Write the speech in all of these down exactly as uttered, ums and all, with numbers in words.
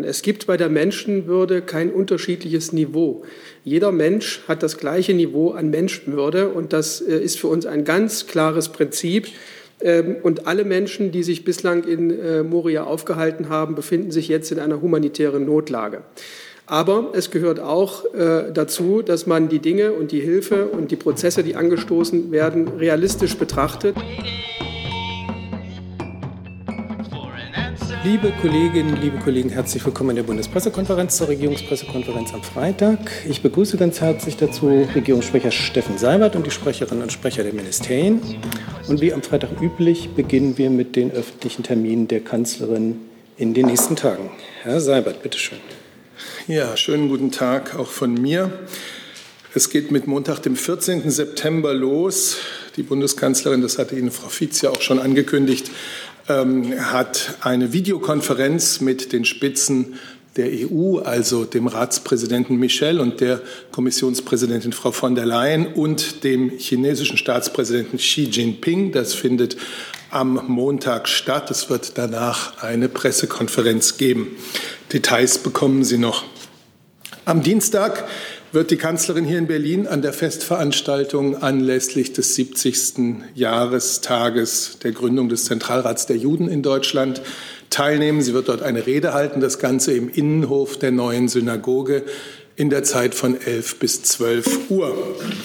werden. Es gibt bei der Menschenwürde kein unterschiedliches Niveau. Jeder Mensch hat das gleiche Niveau an Menschenwürde und das ist für uns ein ganz klares Prinzip. Und alle Menschen, die sich bislang in Moria aufgehalten haben, befinden sich jetzt in einer humanitären Notlage. Aber es gehört auch äh, dazu, dass man die Dinge und die Hilfe und die Prozesse, die angestoßen werden, realistisch betrachtet. Liebe Kolleginnen, liebe Kollegen, herzlich willkommen in der Bundespressekonferenz zur Regierungspressekonferenz am Freitag. Ich begrüße ganz herzlich dazu Regierungssprecher Steffen Seibert und die Sprecherinnen und Sprecher der Ministerien. Und wie am Freitag üblich beginnen wir mit den öffentlichen Terminen der Kanzlerin in den nächsten Tagen. Herr Seibert, bitteschön. Ja, schönen guten Tag auch von mir. Es geht mit Montag, dem vierzehnten September los. Die Bundeskanzlerin, das hatte Ihnen Frau Fietz ja auch schon angekündigt, ähm, hat eine Videokonferenz mit den Spitzen der E U, also dem Ratspräsidenten Michel und der Kommissionspräsidentin Frau von der Leyen und dem chinesischen Staatspräsidenten Xi Jinping. Das findet am Montag statt. Es wird danach eine Pressekonferenz geben. Details bekommen Sie noch. Am Dienstag wird die Kanzlerin hier in Berlin an der Festveranstaltung anlässlich des siebzigsten Jahrestages der Gründung des Zentralrats der Juden in Deutschland teilnehmen. Sie wird dort eine Rede halten, das Ganze im Innenhof der neuen Synagoge in der Zeit von elf bis zwölf Uhr.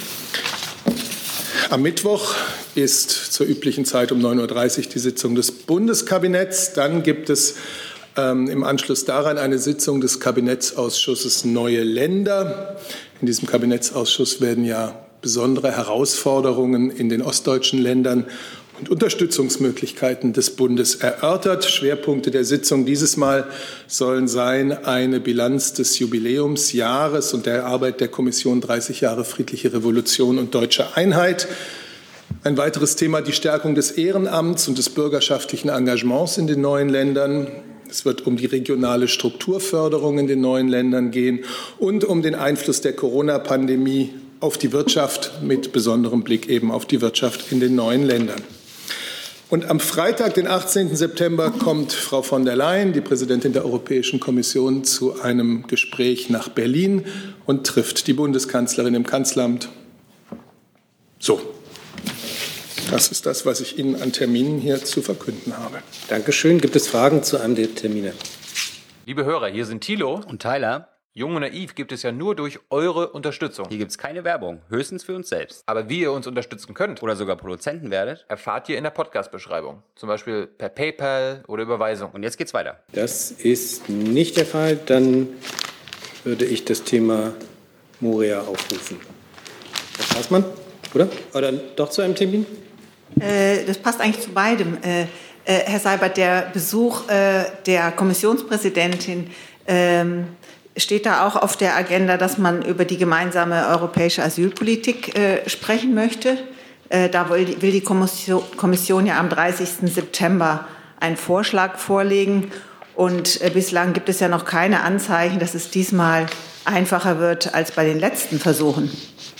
Am Mittwoch ist zur üblichen Zeit um neun Uhr dreißig die Sitzung des Bundeskabinetts. Dann gibt es ähm, im Anschluss daran eine Sitzung des Kabinettsausschusses Neue Länder. In diesem Kabinettsausschuss werden ja besondere Herausforderungen in den ostdeutschen Ländern und Unterstützungsmöglichkeiten des Bundes erörtert. Schwerpunkte der Sitzung dieses Mal sollen sein eine Bilanz des Jubiläumsjahres und der Arbeit der Kommission dreißig Jahre friedliche Revolution und deutsche Einheit. Ein weiteres Thema die Stärkung des Ehrenamts und des bürgerschaftlichen Engagements in den neuen Ländern. Es wird um die regionale Strukturförderung in den neuen Ländern gehen und um den Einfluss der Corona-Pandemie auf die Wirtschaft, mit besonderem Blick eben auf die Wirtschaft in den neuen Ländern. Und am Freitag, den achtzehnten September, kommt Frau von der Leyen, die Präsidentin der Europäischen Kommission, zu einem Gespräch nach Berlin und trifft die Bundeskanzlerin im Kanzleramt. So, das ist das, was ich Ihnen an Terminen hier zu verkünden habe. Dankeschön. Gibt es Fragen zu einem der Termine? Liebe Hörer, hier sind Thilo und Tyler. Jung und Naiv gibt es ja nur durch eure Unterstützung. Hier gibt es keine Werbung, höchstens für uns selbst. Aber wie ihr uns unterstützen könnt oder sogar Produzenten werdet, erfahrt ihr in der Podcast-Beschreibung. Zum Beispiel per PayPal oder Überweisung. Und jetzt geht's weiter. Das ist nicht der Fall. Dann würde ich das Thema Moria aufrufen. Herr Straßmann, oder? Oder doch zu einem Termin? Äh, das passt eigentlich zu beidem. Äh, äh, Herr Seibert, der Besuch äh, der Kommissionspräsidentin ähm, steht da auch auf der Agenda, dass man über die gemeinsame europäische Asylpolitik äh, sprechen möchte. Äh, da will die, will die Kommission, Kommission ja am dreißigsten September einen Vorschlag vorlegen. Und äh, bislang gibt es ja noch keine Anzeichen, dass es diesmal einfacher wird als bei den letzten Versuchen.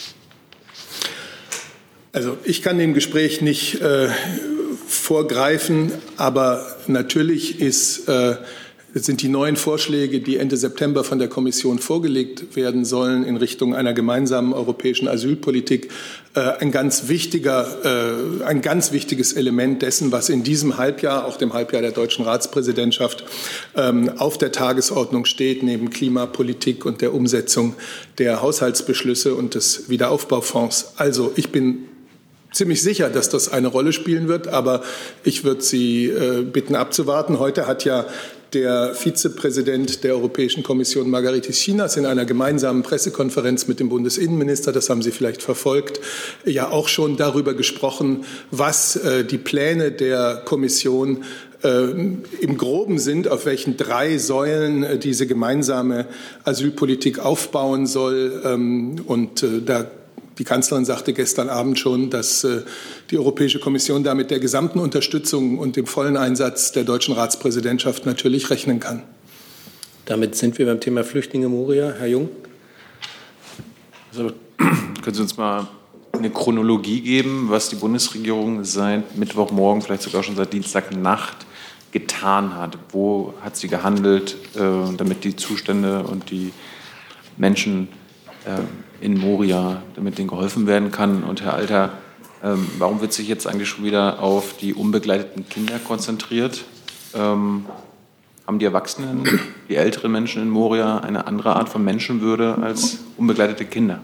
Also ich kann dem Gespräch nicht äh, vorgreifen, aber natürlich ist äh, sind die neuen Vorschläge, die Ende September von der Kommission vorgelegt werden sollen, in Richtung einer gemeinsamen europäischen Asylpolitik äh, ein ganz wichtiger, äh, ein ganz wichtiges Element dessen, was in diesem Halbjahr, auch dem Halbjahr der deutschen Ratspräsidentschaft, ähm, auf der Tagesordnung steht, neben Klimapolitik und der Umsetzung der Haushaltsbeschlüsse und des Wiederaufbaufonds. Also ich bin ziemlich sicher, dass das eine Rolle spielen wird, aber ich würde Sie äh, bitten abzuwarten. Heute hat ja der Vizepräsident der Europäischen Kommission, Margaritis Schinas, in einer gemeinsamen Pressekonferenz mit dem Bundesinnenminister, das haben Sie vielleicht verfolgt, ja auch schon darüber gesprochen, was äh, die Pläne der Kommission äh, im Groben sind, auf welchen drei Säulen äh, diese gemeinsame Asylpolitik aufbauen soll. Ähm, und äh, da Die Kanzlerin sagte gestern Abend schon, dass äh, die Europäische Kommission da mit der gesamten Unterstützung und dem vollen Einsatz der deutschen Ratspräsidentschaft natürlich rechnen kann. Damit sind wir beim Thema Flüchtlinge Moria. Herr Jung. Also, können Sie uns mal eine Chronologie geben, was die Bundesregierung seit Mittwochmorgen, vielleicht sogar schon seit Dienstagnacht getan hat? Wo hat sie gehandelt, äh, damit die Zustände und die Menschen äh, in Moria, damit denen geholfen werden kann? Und Herr Alter, äh, warum wird sich jetzt eigentlich schon wieder auf die unbegleiteten Kinder konzentriert? Ähm, haben die Erwachsenen, die älteren Menschen in Moria eine andere Art von Menschenwürde als unbegleitete Kinder?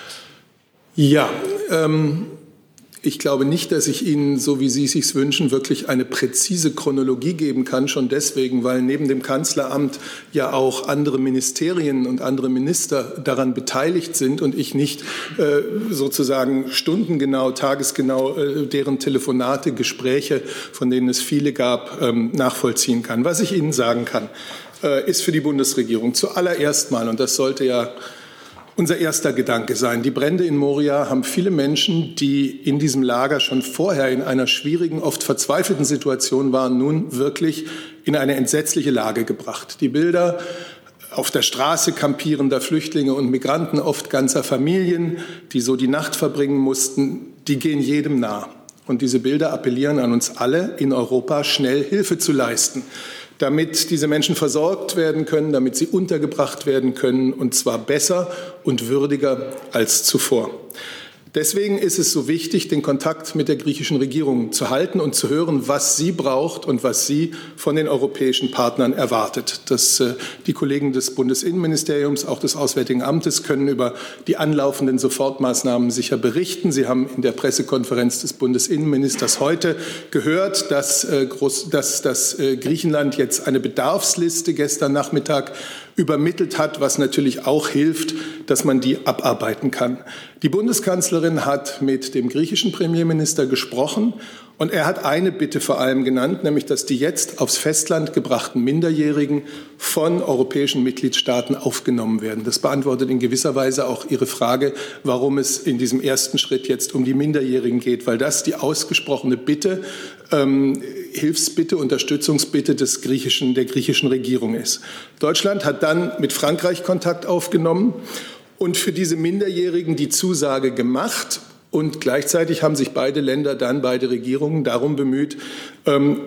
Ja, ähm, ich glaube nicht, dass ich Ihnen, so wie Sie es sich wünschen, wirklich eine präzise Chronologie geben kann. Schon deswegen, weil neben dem Kanzleramt ja auch andere Ministerien und andere Minister daran beteiligt sind und ich nicht äh, sozusagen stundengenau, tagesgenau äh, deren Telefonate, Gespräche, von denen es viele gab, ähm, nachvollziehen kann. Was ich Ihnen sagen kann, äh, ist für die Bundesregierung zuallererst mal, und das sollte ja unser erster Gedanke sein. Die Brände in Moria haben viele Menschen, die in diesem Lager schon vorher in einer schwierigen, oft verzweifelten Situation waren, nun wirklich in eine entsetzliche Lage gebracht. Die Bilder auf der Straße kampierender Flüchtlinge und Migranten, oft ganzer Familien, die so die Nacht verbringen mussten, die gehen jedem nah. Und diese Bilder appellieren an uns alle, in Europa schnell Hilfe zu leisten, damit diese Menschen versorgt werden können, damit sie untergebracht werden können, und zwar besser und würdiger als zuvor. Deswegen ist es so wichtig, den Kontakt mit der griechischen Regierung zu halten und zu hören, was sie braucht und was sie von den europäischen Partnern erwartet. Das, äh, die Kollegen des Bundesinnenministeriums, auch des Auswärtigen Amtes, können über die anlaufenden Sofortmaßnahmen sicher berichten. Sie haben in der Pressekonferenz des Bundesinnenministers heute gehört, dass, äh, Groß, dass, dass äh, Griechenland jetzt eine Bedarfsliste gestern Nachmittag übermittelt hat, was natürlich auch hilft, dass man die abarbeiten kann. Die Bundeskanzlerin hat mit dem griechischen Premierminister gesprochen und er hat eine Bitte vor allem genannt, nämlich dass die jetzt aufs Festland gebrachten Minderjährigen von europäischen Mitgliedstaaten aufgenommen werden. Das beantwortet in gewisser Weise auch Ihre Frage, warum es in diesem ersten Schritt jetzt um die Minderjährigen geht, weil das die ausgesprochene Bitte, ähm, Hilfsbitte, Unterstützungsbitte des griechischen, der griechischen Regierung ist. Deutschland hat dann mit Frankreich Kontakt aufgenommen und für diese Minderjährigen die Zusage gemacht. Und gleichzeitig haben sich beide Länder dann, beide Regierungen, darum bemüht, ähm,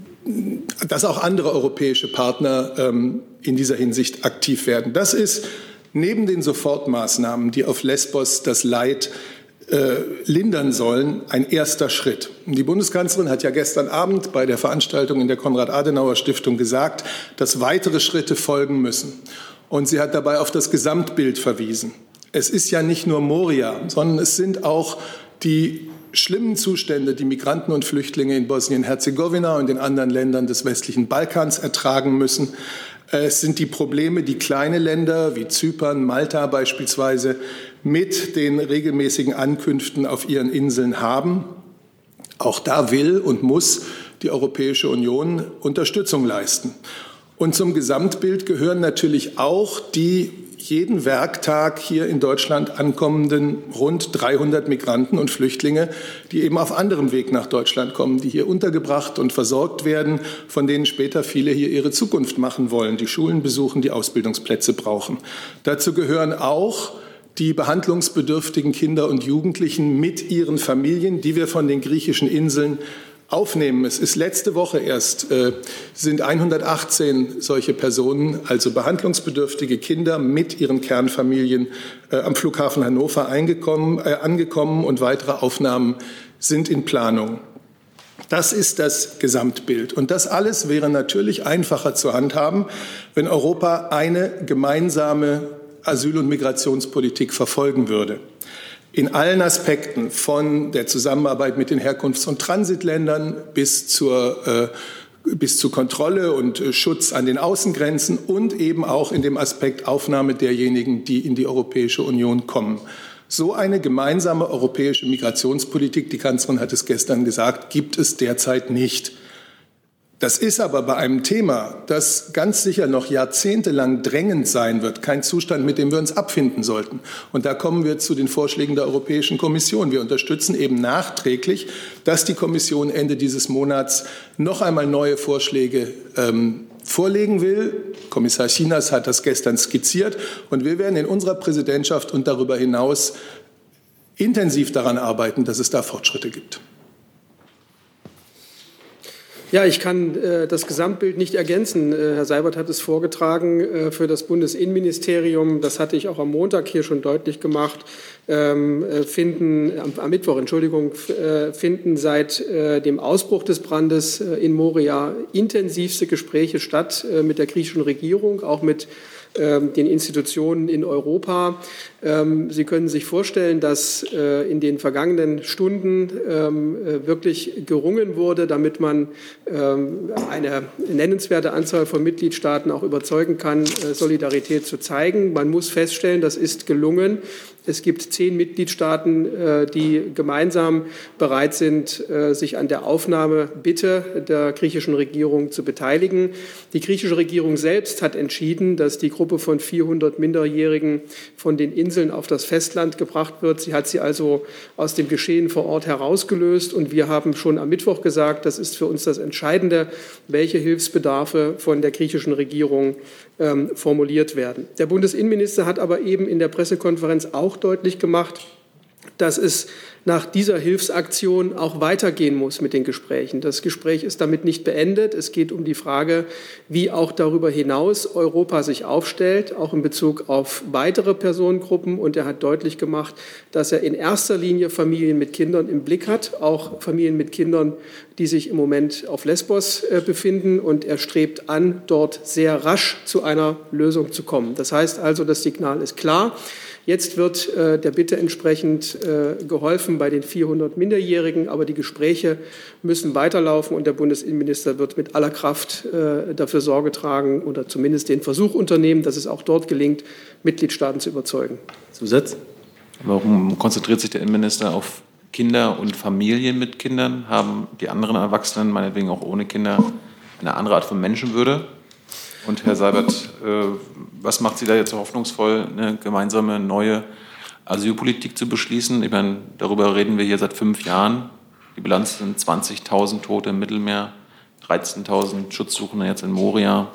dass auch andere europäische Partner ähm, in dieser Hinsicht aktiv werden. Das ist neben den Sofortmaßnahmen, die auf Lesbos das Leid äh, lindern sollen, ein erster Schritt. Die Bundeskanzlerin hat ja gestern Abend bei der Veranstaltung in der Konrad-Adenauer-Stiftung gesagt, dass weitere Schritte folgen müssen. Und sie hat dabei auf das Gesamtbild verwiesen. Es ist ja nicht nur Moria, sondern es sind auch die schlimmen Zustände, die Migranten und Flüchtlinge in Bosnien-Herzegowina und in anderen Ländern des westlichen Balkans ertragen müssen. Es sind die Probleme, die kleine Länder wie Zypern, Malta beispielsweise mit den regelmäßigen Ankünften auf ihren Inseln haben. Auch da will und muss die Europäische Union Unterstützung leisten. Und zum Gesamtbild gehören natürlich auch die jeden Werktag hier in Deutschland ankommenden rund dreihundert Migranten und Flüchtlinge, die eben auf anderem Weg nach Deutschland kommen, die hier untergebracht und versorgt werden, von denen später viele hier ihre Zukunft machen wollen, die Schulen besuchen, die Ausbildungsplätze brauchen. Dazu gehören auch die behandlungsbedürftigen Kinder und Jugendlichen mit ihren Familien, die wir von den griechischen Inseln aufnehmen. Es ist letzte Woche erst, äh, sind hundertachtzehn solche Personen, also behandlungsbedürftige Kinder mit ihren Kernfamilien äh, am Flughafen Hannover eingekommen, äh, angekommen und weitere Aufnahmen sind in Planung. Das ist das Gesamtbild. Und das alles wäre natürlich einfacher zu handhaben, wenn Europa eine gemeinsame Asyl- und Migrationspolitik verfolgen würde. In allen Aspekten, von der Zusammenarbeit mit den Herkunfts- und Transitländern bis zur, äh, bis zur Kontrolle und äh, Schutz an den Außengrenzen und eben auch in dem Aspekt Aufnahme derjenigen, die in die Europäische Union kommen. So eine gemeinsame europäische Migrationspolitik, die Kanzlerin hat es gestern gesagt, gibt es derzeit nicht. Das ist aber bei einem Thema, das ganz sicher noch jahrzehntelang drängend sein wird, kein Zustand, mit dem wir uns abfinden sollten. Und da kommen wir zu den Vorschlägen der Europäischen Kommission. Wir unterstützen eben nachträglich, dass die Kommission Ende dieses Monats noch einmal neue Vorschläge ähm, vorlegen will. Kommissar Schinas hat das gestern skizziert. Und wir werden in unserer Präsidentschaft und darüber hinaus intensiv daran arbeiten, dass es da Fortschritte gibt. Ja, ich kann äh, das Gesamtbild nicht ergänzen. Äh, Herr Seibert hat es vorgetragen äh, für das Bundesinnenministerium. Das hatte ich auch am Montag hier schon deutlich gemacht. Ähm, finden, am, am Mittwoch, Entschuldigung, äh, finden seit äh, dem Ausbruch des Brandes äh, in Moria intensivste Gespräche statt äh, mit der griechischen Regierung, auch mit den Institutionen in Europa. Sie können sich vorstellen, dass in den vergangenen Stunden wirklich gerungen wurde, damit man eine nennenswerte Anzahl von Mitgliedstaaten auch überzeugen kann, Solidarität zu zeigen. Man muss feststellen, das ist gelungen. Es gibt zehn Mitgliedstaaten, die gemeinsam bereit sind, sich an der Aufnahmebitte der griechischen Regierung zu beteiligen. Die griechische Regierung selbst hat entschieden, dass die Gruppe von vierhundert Minderjährigen von den Inseln auf das Festland gebracht wird. Sie hat sie also aus dem Geschehen vor Ort herausgelöst. Und wir haben schon am Mittwoch gesagt, das ist für uns das Entscheidende, welche Hilfsbedarfe von der griechischen Regierung ähm, formuliert werden. Der Bundesinnenminister hat aber eben in der Pressekonferenz auch deutlich gemacht, dass es nach dieser Hilfsaktion auch weitergehen muss mit den Gesprächen. Das Gespräch ist damit nicht beendet. Es geht um die Frage, wie auch darüber hinaus Europa sich aufstellt, auch in Bezug auf weitere Personengruppen. Und er hat deutlich gemacht, dass er in erster Linie Familien mit Kindern im Blick hat, auch Familien mit Kindern, die sich im Moment auf Lesbos äh, befinden. Und er strebt an, dort sehr rasch zu einer Lösung zu kommen. Das heißt also, das Signal ist klar. Jetzt wird äh, der Bitte entsprechend äh, geholfen bei den vierhundert Minderjährigen, aber die Gespräche müssen weiterlaufen und der Bundesinnenminister wird mit aller Kraft äh, dafür Sorge tragen oder zumindest den Versuch unternehmen, dass es auch dort gelingt, Mitgliedstaaten zu überzeugen. Zusatz? Warum konzentriert sich der Innenminister auf Kinder und Familien mit Kindern? Haben die anderen Erwachsenen, meinetwegen auch ohne Kinder, eine andere Art von Menschenwürde? Und Herr Seibert, äh, was macht Sie da jetzt so hoffnungsvoll, eine gemeinsame neue Asylpolitik zu beschließen? Ich meine, darüber reden wir hier seit fünf Jahren. Die Bilanz sind zwanzigtausend Tote im Mittelmeer, dreizehntausend Schutzsuchende jetzt in Moria.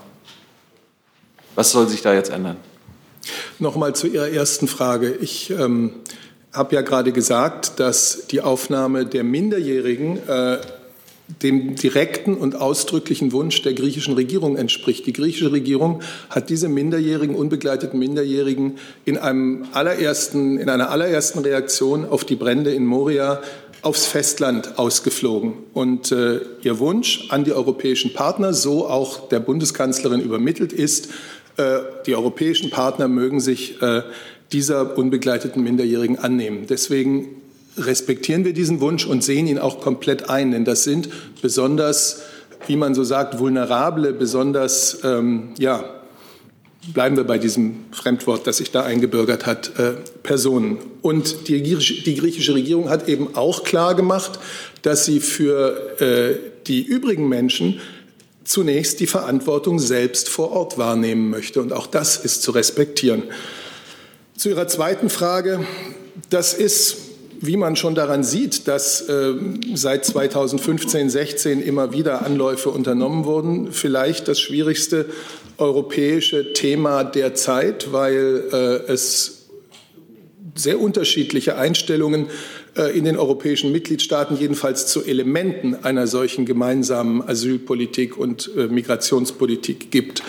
Was soll sich da jetzt ändern? Nochmal zu Ihrer ersten Frage. Ich ähm, habe ja gerade gesagt, dass die Aufnahme der Minderjährigen äh, dem direkten und ausdrücklichen Wunsch der griechischen Regierung entspricht. Die griechische Regierung hat diese minderjährigen, unbegleiteten Minderjährigen in, einem allerersten, in einer allerersten Reaktion auf die Brände in Moria aufs Festland ausgeflogen. Und äh, ihr Wunsch an die europäischen Partner, so auch der Bundeskanzlerin übermittelt ist, äh, die europäischen Partner mögen sich äh, dieser unbegleiteten Minderjährigen annehmen. Deswegen respektieren wir diesen Wunsch und sehen ihn auch komplett ein. Denn das sind besonders, wie man so sagt, vulnerable, besonders, ähm, ja, bleiben wir bei diesem Fremdwort, das sich da eingebürgert hat, äh, Personen. Und die, die griechische Regierung hat eben auch klar gemacht, dass sie für äh, die übrigen Menschen zunächst die Verantwortung selbst vor Ort wahrnehmen möchte. Und auch das ist zu respektieren. Zu Ihrer zweiten Frage, das ist, wie man schon daran sieht, dass äh, seit zweitausendfünfzehn, sechzehn immer wieder Anläufe unternommen wurden, vielleicht das schwierigste europäische Thema der Zeit, weil äh, es sehr unterschiedliche Einstellungen äh, in den europäischen Mitgliedstaaten, jedenfalls zu Elementen einer solchen gemeinsamen Asylpolitik und äh, Migrationspolitik gibt.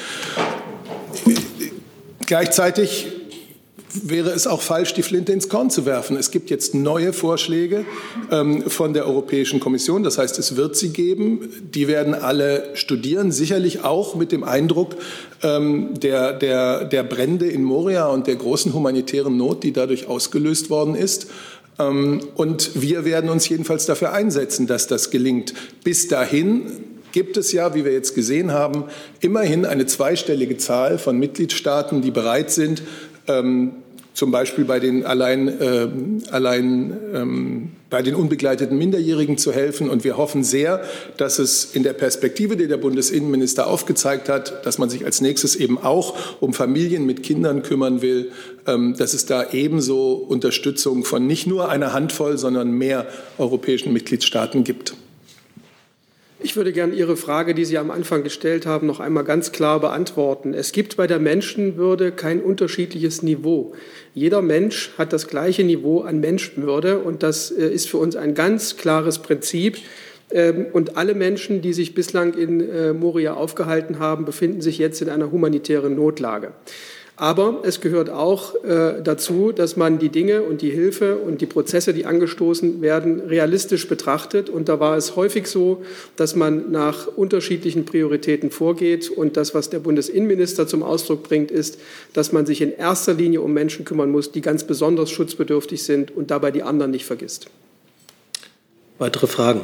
Gleichzeitig wäre es auch falsch, die Flinte ins Korn zu werfen. Es gibt jetzt neue Vorschläge ähm, von der Europäischen Kommission. Das heißt, es wird sie geben. Die werden alle studieren, sicherlich auch mit dem Eindruck ähm, der, der, der Brände in Moria und der großen humanitären Not, die dadurch ausgelöst worden ist. Ähm, und wir werden uns jedenfalls dafür einsetzen, dass das gelingt. Bis dahin gibt es ja, wie wir jetzt gesehen haben, immerhin eine zweistellige Zahl von Mitgliedstaaten, die bereit sind, ähm, zum Beispiel bei den allein, äh, allein ähm, bei den unbegleiteten Minderjährigen zu helfen. Und wir hoffen sehr, dass es in der Perspektive, die der Bundesinnenminister aufgezeigt hat, dass man sich als nächstes eben auch um Familien mit Kindern kümmern will, ähm, dass es da ebenso Unterstützung von nicht nur einer Handvoll, sondern mehr europäischen Mitgliedstaaten gibt. Ich würde gerne Ihre Frage, die Sie am Anfang gestellt haben, noch einmal ganz klar beantworten. Es gibt bei der Menschenwürde kein unterschiedliches Niveau. Jeder Mensch hat das gleiche Niveau an Menschenwürde und das ist für uns ein ganz klares Prinzip. Und alle Menschen, die sich bislang in Moria aufgehalten haben, befinden sich jetzt in einer humanitären Notlage. Aber es gehört auch äh, dazu, dass man die Dinge und die Hilfe und die Prozesse, die angestoßen werden, realistisch betrachtet. Und da war es häufig so, dass man nach unterschiedlichen Prioritäten vorgeht. Und das, was der Bundesinnenminister zum Ausdruck bringt, ist, dass man sich in erster Linie um Menschen kümmern muss, die ganz besonders schutzbedürftig sind und dabei die anderen nicht vergisst. Weitere Fragen?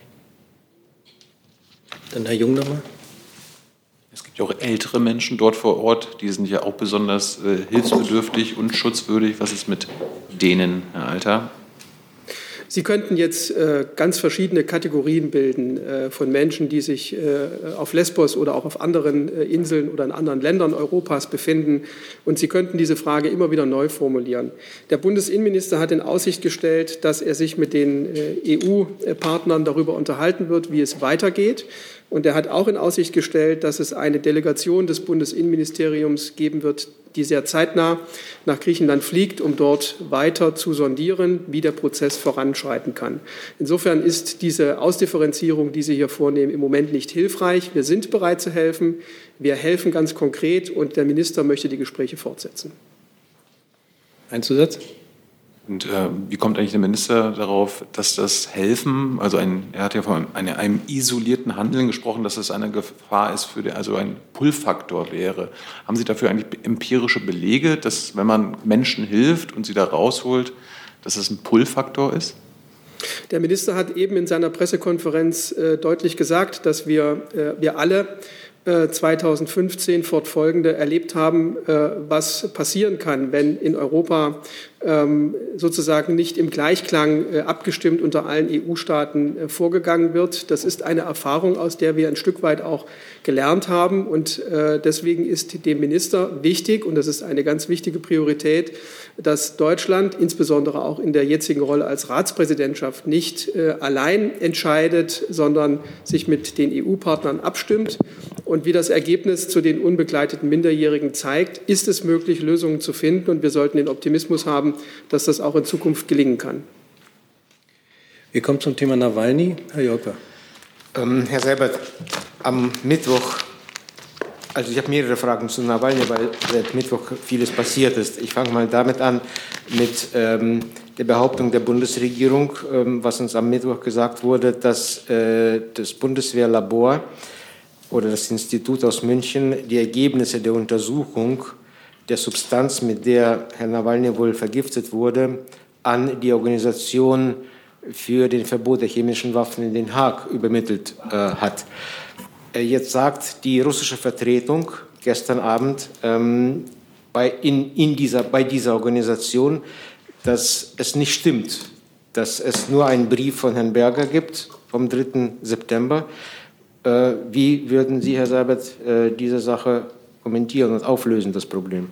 Dann Herr Jung nochmal. Es gibt ja auch ältere Menschen dort vor Ort, die sind ja auch besonders äh, hilfsbedürftig und schutzwürdig. Was ist mit denen, Herr Alter? Sie könnten jetzt äh, ganz verschiedene Kategorien bilden äh, von Menschen, die sich äh, auf Lesbos oder auch auf anderen äh, Inseln oder in anderen Ländern Europas befinden. Und Sie könnten diese Frage immer wieder neu formulieren. Der Bundesinnenminister hat in Aussicht gestellt, dass er sich mit den äh, E U-Partnern darüber unterhalten wird, wie es weitergeht. Und er hat auch in Aussicht gestellt, dass es eine Delegation des Bundesinnenministeriums geben wird, die sehr zeitnah nach Griechenland fliegt, um dort weiter zu sondieren, wie der Prozess voranschreiten kann. Insofern ist diese Ausdifferenzierung, die Sie hier vornehmen, im Moment nicht hilfreich. Wir sind bereit zu helfen. Wir helfen ganz konkret, und der Minister möchte die Gespräche fortsetzen. Ein Zusatz? Und äh, wie kommt eigentlich der Minister darauf, dass das Helfen, also ein, er hat ja von einem, einem isolierten Handeln gesprochen, dass es eine Gefahr ist, für den, also ein Pull-Faktor wäre. Haben Sie dafür eigentlich empirische Belege, dass wenn man Menschen hilft und sie da rausholt, dass es ein Pull-Faktor ist? Der Minister hat eben in seiner Pressekonferenz äh, deutlich gesagt, dass wir, äh, wir alle zweitausendfünfzehn fortfolgende erlebt haben, was passieren kann, wenn in Europa sozusagen nicht im Gleichklang abgestimmt unter allen E U-Staaten vorgegangen wird. Das ist eine Erfahrung, aus der wir ein Stück weit auch gelernt haben. Und deswegen ist dem Minister wichtig, und das ist eine ganz wichtige Priorität, dass Deutschland insbesondere auch in der jetzigen Rolle als Ratspräsidentschaft nicht allein entscheidet, sondern sich mit den E U-Partnern abstimmt. Und wie das Ergebnis zu den unbegleiteten Minderjährigen zeigt, ist es möglich, Lösungen zu finden. Und wir sollten den Optimismus haben, dass das auch in Zukunft gelingen kann. Wir kommen zum Thema Nawalny. Herr Jolper. Ähm, Herr Seibert, am Mittwoch, also ich habe mehrere Fragen zu Nawalny, weil seit Mittwoch vieles passiert ist. Ich fange mal damit an, mit ähm, der Behauptung der Bundesregierung, ähm, was uns am Mittwoch gesagt wurde, dass äh, das Bundeswehrlabor oder das Institut aus München die Ergebnisse der Untersuchung der Substanz, mit der Herr Nawalny wohl vergiftet wurde, an die Organisation für den Verbot der chemischen Waffen in Den Haag übermittelt äh, hat. Äh, jetzt sagt die russische Vertretung gestern Abend ähm, bei, in, in dieser, bei dieser Organisation, dass es nicht stimmt, dass es nur einen Brief von Herrn Berger gibt vom dritten September. Wie würden Sie, Herr Seibert, diese Sache kommentieren und auflösen, das Problem?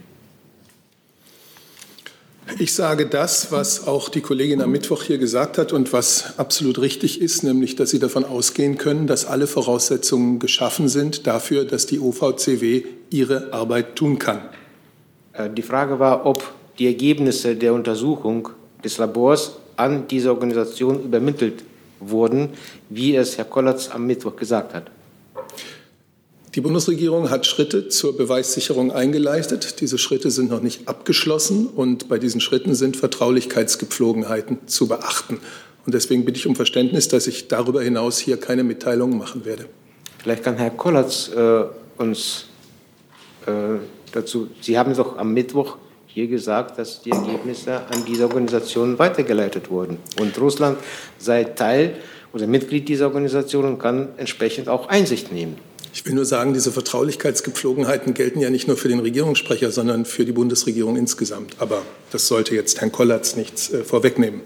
Ich sage das, was auch die Kollegin am Mittwoch hier gesagt hat und was absolut richtig ist, nämlich, dass Sie davon ausgehen können, dass alle Voraussetzungen geschaffen sind dafür, dass die O V C W ihre Arbeit tun kann. Die Frage war, ob die Ergebnisse der Untersuchung des Labors an diese Organisation übermittelt wurden, wie es Herr Kollatz am Mittwoch gesagt hat. Die Bundesregierung hat Schritte zur Beweissicherung eingeleitet. Diese Schritte sind noch nicht abgeschlossen, und bei diesen Schritten sind Vertraulichkeitsgepflogenheiten zu beachten. Und deswegen bitte ich um Verständnis, dass ich darüber hinaus hier keine Mitteilungen machen werde. Vielleicht kann Herr Kollatz äh, uns äh, dazu, Sie haben doch am Mittwoch hier gesagt, dass die Ergebnisse an diese Organisation weitergeleitet wurden. Und Russland sei Teil oder Mitglied dieser Organisation und kann entsprechend auch Einsicht nehmen. Ich will nur sagen, diese Vertraulichkeitsgepflogenheiten gelten ja nicht nur für den Regierungssprecher, sondern für die Bundesregierung insgesamt. Aber das sollte jetzt Herrn Kollatz nichts äh, vorwegnehmen.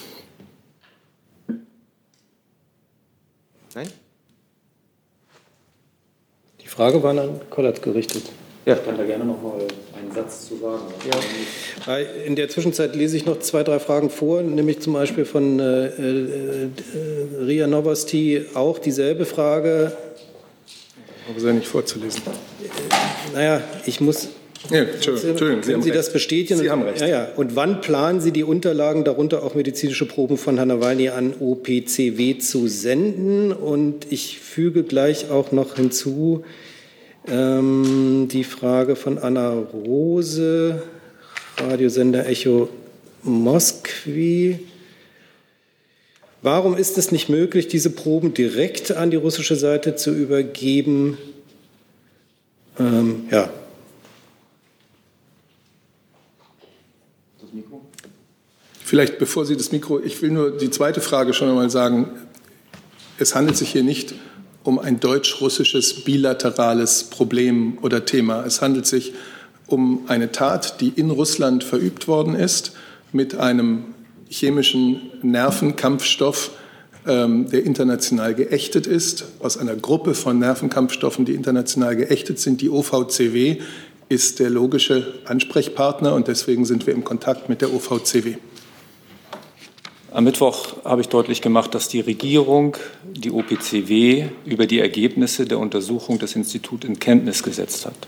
Nein? Die Frage war an Kollatz gerichtet. Ja. Ich kann da gerne noch mal einen Satz zu sagen. Ja. In der Zwischenzeit lese ich noch zwei, drei Fragen vor, nämlich zum Beispiel von äh, äh, Ria Novosti auch dieselbe Frage. Aber sei nicht vorzulesen. Äh, naja, ich muss, Ja, Entschuldigung, Entschuldigung, Können Sie, Sie das bestätigen? Sie haben recht. Ja, ja. Und wann planen Sie, die Unterlagen, darunter auch medizinische Proben von Herrn Nawalny, an O P C W zu senden? Und ich füge gleich auch noch hinzu ähm, die Frage von Anna Rose, Radiosender Echo Moskwi. Warum ist es nicht möglich, diese Proben direkt an die russische Seite zu übergeben? Ähm, ja. Vielleicht bevor Sie das Mikro, ich will nur die zweite Frage schon einmal sagen. Es handelt sich hier nicht um ein deutsch-russisches bilaterales Problem oder Thema. Es handelt sich um eine Tat, die in Russland verübt worden ist, mit einem chemischen Nervenkampfstoff, ähm, der international geächtet ist, aus einer Gruppe von Nervenkampfstoffen, die international geächtet sind. Die O V C W ist der logische Ansprechpartner und deswegen sind wir im Kontakt mit der O V C W. Am Mittwoch habe ich deutlich gemacht, dass die Regierung die O P C W über die Ergebnisse der Untersuchung des Instituts in Kenntnis gesetzt hat.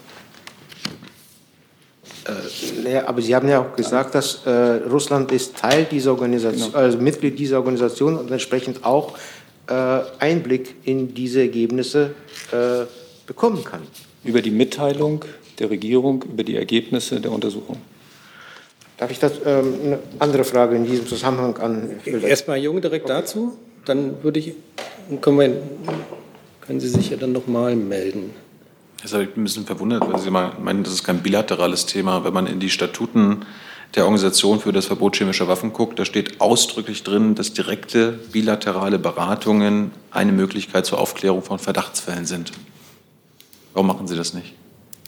Äh, ja, aber Sie haben ja auch gesagt, dass äh, Russland ist Teil dieser Organisation, genau. also Mitglied dieser Organisation und entsprechend auch äh, Einblick in diese Ergebnisse äh, bekommen kann. Über die Mitteilung der Regierung, über die Ergebnisse der Untersuchung. Darf ich das, ähm, eine andere Frage in diesem Zusammenhang an? Erstmal Jung direkt okay. dazu, dann würde ich, können, wir, können Sie sich ja dann noch mal melden. Ich bin ein bisschen verwundert, weil Sie meinen, das ist kein bilaterales Thema. Wenn man in die Statuten der Organisation für das Verbot chemischer Waffen guckt, da steht ausdrücklich drin, dass direkte bilaterale Beratungen eine Möglichkeit zur Aufklärung von Verdachtsfällen sind. Warum machen Sie das nicht?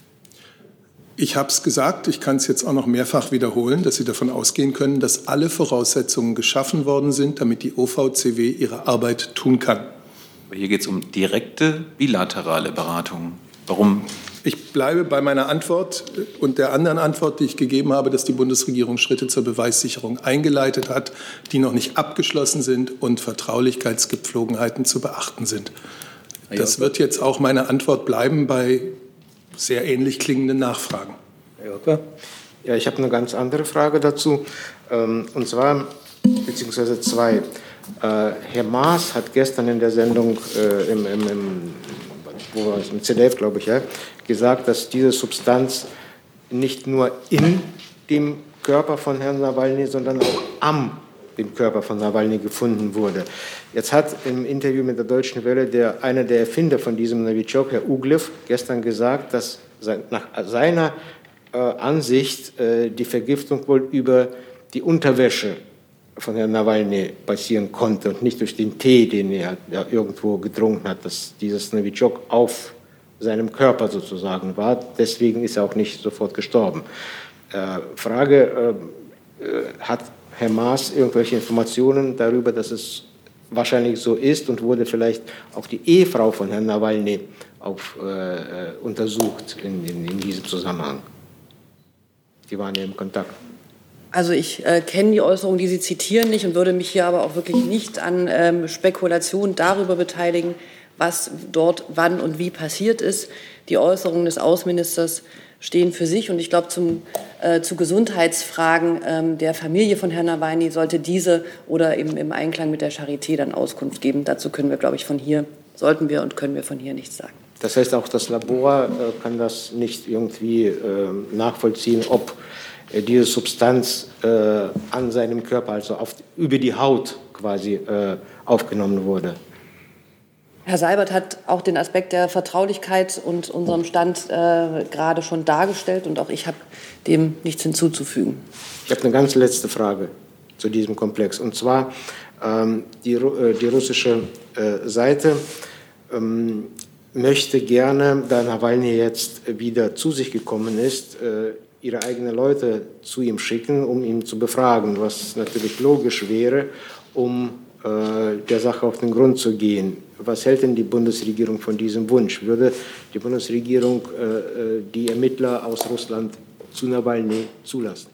Ich habe es gesagt, ich kann es jetzt auch noch mehrfach wiederholen, dass Sie davon ausgehen können, dass alle Voraussetzungen geschaffen worden sind, damit die O V C W ihre Arbeit tun kann. Aber hier geht es um direkte bilaterale Beratungen. Warum? Ich bleibe bei meiner Antwort und der anderen Antwort, die ich gegeben habe, dass die Bundesregierung Schritte zur Beweissicherung eingeleitet hat, die noch nicht abgeschlossen sind und Vertraulichkeitsgepflogenheiten zu beachten sind. Das wird jetzt auch meine Antwort bleiben bei sehr ähnlich klingenden Nachfragen. Ja, ich habe eine ganz andere Frage dazu, und zwar, beziehungsweise zwei. Herr Maas hat gestern in der Sendung, im, im, im, wo war es, im Z D F, glaube ich, ja, gesagt, dass diese Substanz nicht nur in dem Körper von Herrn Nawalny, sondern auch am dem Körper von Nawalny gefunden wurde. Jetzt hat im Interview mit der Deutschen Welle der, einer der Erfinder von diesem Novichok, Herr Uglev, gestern gesagt, dass nach seiner äh, Ansicht äh, die Vergiftung wohl über die Unterwäsche von Herrn Nawalny passieren konnte und nicht durch den Tee, den er ja, irgendwo getrunken hat, dass dieses Novichok auf seinem Körper sozusagen war. Deswegen ist er auch nicht sofort gestorben. Äh, Frage, äh, hat Herr Maas irgendwelche Informationen darüber, dass es wahrscheinlich so ist und wurde vielleicht auch die Ehefrau von Herrn Nawalny auf, äh, untersucht in, in, in diesem Zusammenhang? Die waren ja im Kontakt. Also ich äh, kenne die Äußerungen, die Sie zitieren, nicht und würde mich hier aber auch wirklich nicht an ähm, Spekulationen darüber beteiligen, was dort wann und wie passiert ist. Die Äußerungen des Außenministers stehen für sich. Und ich glaube, zum, äh, zu Gesundheitsfragen ähm, der Familie von Herrn Nawalny sollte diese oder eben im Einklang mit der Charité dann Auskunft geben. Dazu können wir, glaube ich, von hier, sollten wir und können wir von hier nichts sagen. Das heißt, auch das Labor äh, kann das nicht irgendwie äh, nachvollziehen, ob äh, diese Substanz äh, an seinem Körper, also auf, über die Haut quasi äh, aufgenommen wurde. Herr Seibert hat auch den Aspekt der Vertraulichkeit und unserem Stand äh, gerade schon dargestellt und auch ich habe dem nichts hinzuzufügen. Ich habe eine ganz letzte Frage zu diesem Komplex und zwar ähm, die, äh, die russische äh, Seite ähm, möchte gerne, da Nawalny jetzt wieder zu sich gekommen ist, äh, ihre eigenen Leute zu ihm schicken, um ihn zu befragen, was natürlich logisch wäre, um äh, der Sache auf den Grund zu gehen. Was hält denn die Bundesregierung von diesem Wunsch? Würde die Bundesregierung äh, die Ermittler aus Russland zu Nawalny zulassen?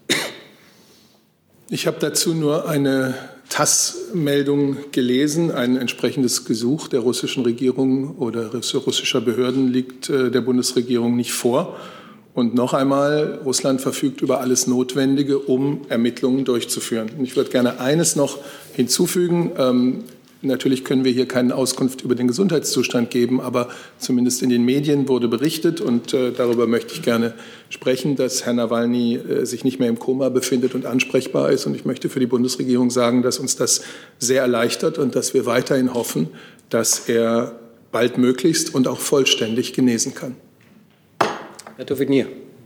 Ich habe dazu nur eine TASS-Meldung gelesen. Ein entsprechendes Gesuch der russischen Regierung oder russischer Behörden liegt äh, der Bundesregierung nicht vor. Und noch einmal, Russland verfügt über alles Notwendige, um Ermittlungen durchzuführen. Und ich würde gerne eines noch hinzufügen. Ähm, natürlich können wir hier keine Auskunft über den Gesundheitszustand geben, aber zumindest in den Medien wurde berichtet, und äh, darüber möchte ich gerne sprechen, dass Herr Nawalny äh, sich nicht mehr im Koma befindet und ansprechbar ist. Und ich möchte für die Bundesregierung sagen, dass uns das sehr erleichtert und dass wir weiterhin hoffen, dass er baldmöglichst und auch vollständig genesen kann. Herr Taufik-Nia.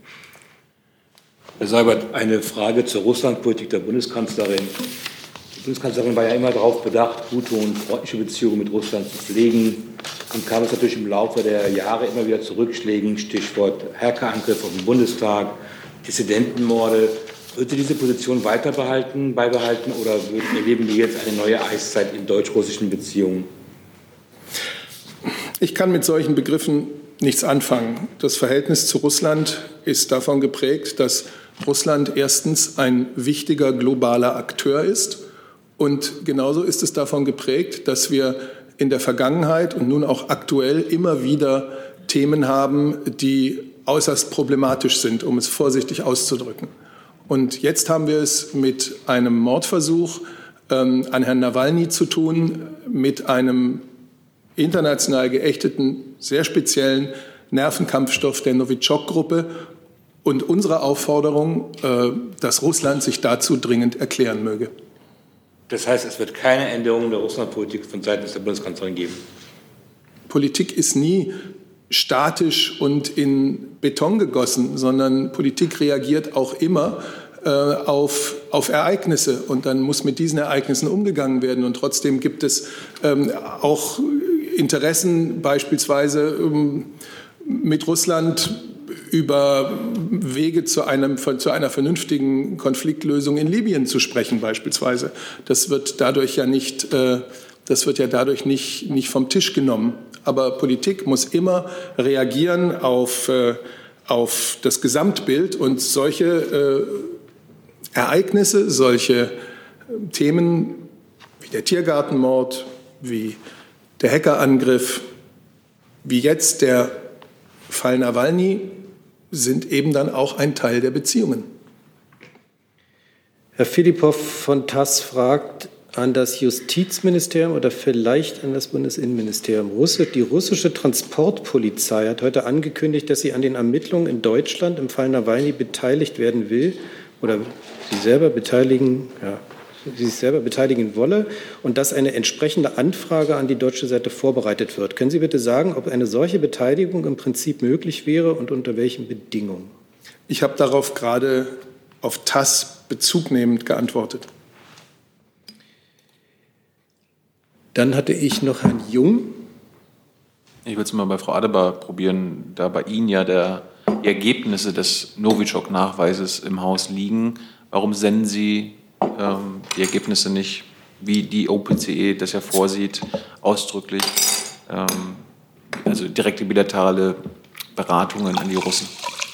Herr Seibert, eine Frage zur Russlandpolitik der Bundeskanzlerin. Die Bundeskanzlerin war ja immer darauf bedacht, gute und freundliche Beziehungen mit Russland zu pflegen. Und kam es natürlich im Laufe der Jahre immer wieder zu Rückschlägen, Stichwort Hackerangriff auf den Bundestag, Dissidentenmorde. Wird sie diese Position weiter behalten, beibehalten oder erleben wir jetzt eine neue Eiszeit in deutsch-russischen Beziehungen? Ich kann mit solchen Begriffen nichts anfangen. Das Verhältnis zu Russland ist davon geprägt, dass Russland erstens ein wichtiger globaler Akteur ist. Und genauso ist es davon geprägt, dass wir in der Vergangenheit und nun auch aktuell immer wieder Themen haben, die äußerst problematisch sind, um es vorsichtig auszudrücken. Und jetzt haben wir es mit einem Mordversuch ähm, an Herrn Nawalny zu tun, mit einem international geächteten, sehr speziellen Nervenkampfstoff der Novichok-Gruppe und unsere Aufforderung, äh, dass Russland sich dazu dringend erklären möge. Das heißt, es wird keine Änderung der Russlandpolitik von Seiten der Bundeskanzlerin geben? Politik ist nie statisch und in Beton gegossen, sondern Politik reagiert auch immer äh, auf, auf Ereignisse. Und dann muss mit diesen Ereignissen umgegangen werden. Und trotzdem gibt es ähm, auch Interessen, beispielsweise ähm, mit Russland über Wege zu, einem, zu einer vernünftigen Konfliktlösung in Libyen zu sprechen, beispielsweise. Das wird dadurch ja nicht, äh, das wird ja dadurch nicht, nicht vom Tisch genommen. Aber Politik muss immer reagieren auf, äh, auf das Gesamtbild, und solche äh, Ereignisse, solche äh, Themen wie der Tiergartenmord, wie der Hackerangriff, wie jetzt der Fall Nawalny, sind eben dann auch ein Teil der Beziehungen. Herr Filipow von T A S fragt an das Justizministerium oder vielleicht an das Bundesinnenministerium. Die russische Transportpolizei hat heute angekündigt, dass sie an den Ermittlungen in Deutschland im Fall Nawalny beteiligt werden will oder sie selber beteiligen, ja, sie sich selber beteiligen wolle und dass eine entsprechende Anfrage an die deutsche Seite vorbereitet wird. Können Sie bitte sagen, ob eine solche Beteiligung im Prinzip möglich wäre und unter welchen Bedingungen? Ich habe darauf gerade auf T A S Bezug nehmend geantwortet. Dann hatte ich noch Herrn Jung. Ich würde es mal bei Frau Adebar probieren, da bei Ihnen ja der, die Ergebnisse des Novichok-Nachweises im Haus liegen. Warum senden Sie ähm, die Ergebnisse nicht, wie die O P C E das ja vorsieht, ausdrücklich, ähm, also direkte bilaterale Beratungen an die Russen?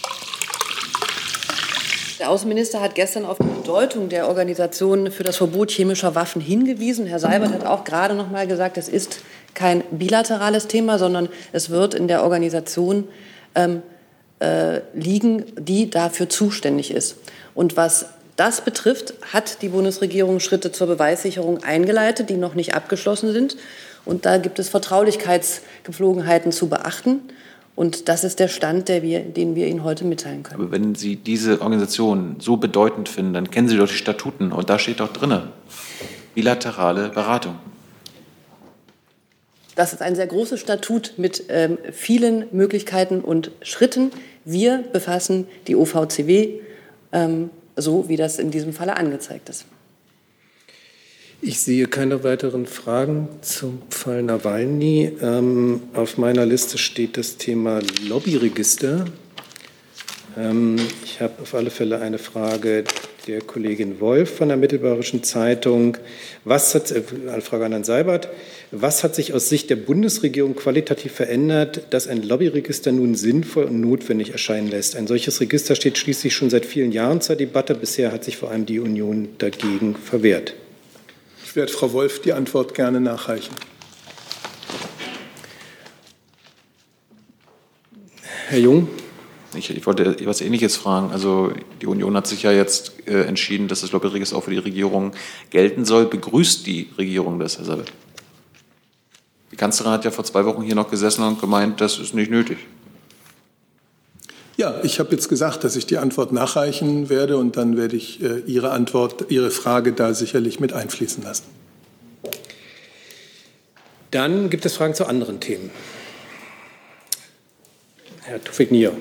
Der Außenminister hat gestern auf die Bedeutung der Organisation für das Verbot chemischer Waffen hingewiesen. Herr Seibert hat auch gerade noch mal gesagt, es ist kein bilaterales Thema, sondern es wird in der Organisation ähm, äh, liegen, die dafür zuständig ist. Und was das betrifft, hat die Bundesregierung Schritte zur Beweissicherung eingeleitet, die noch nicht abgeschlossen sind. Und da gibt es Vertraulichkeitsgepflogenheiten zu beachten. Und das ist der Stand, der wir, den wir Ihnen heute mitteilen können. Aber wenn Sie diese Organisation so bedeutend finden, dann kennen Sie doch die Statuten. Und da steht doch drin, bilaterale Beratung. Das ist ein sehr großes Statut mit ähm, vielen Möglichkeiten und Schritten. Wir befassen die O V C W ähm, so, wie das in diesem Falle angezeigt ist. Ich sehe keine weiteren Fragen zum Fall Nawalny. Ähm, auf meiner Liste steht das Thema Lobbyregister. Ähm, ich habe auf alle Fälle eine Frage der Kollegin Wolf von der Mittelbayerischen Zeitung. Was hat, äh, eine Frage an Herrn Seibert. Was hat sich aus Sicht der Bundesregierung qualitativ verändert, dass ein Lobbyregister nun sinnvoll und notwendig erscheinen lässt? Ein solches Register steht schließlich schon seit vielen Jahren zur Debatte. Bisher hat sich vor allem die Union dagegen verwehrt. Ich werde Frau Wolf die Antwort gerne nachreichen. Herr Jung. Ich, ich wollte etwas Ähnliches fragen. Also die Union hat sich ja jetzt äh, entschieden, dass das Lobbyregister auch für die Regierung gelten soll. Begrüßt die Regierung das, Herr Seibert? Die Kanzlerin hat ja vor zwei Wochen hier noch gesessen und gemeint, das ist nicht nötig. Ja, ich habe jetzt gesagt, dass ich die Antwort nachreichen werde und dann werde ich äh, Ihre Antwort, Ihre Frage da sicherlich mit einfließen lassen. Dann gibt es Fragen zu anderen Themen. Herr Tufik-Nier.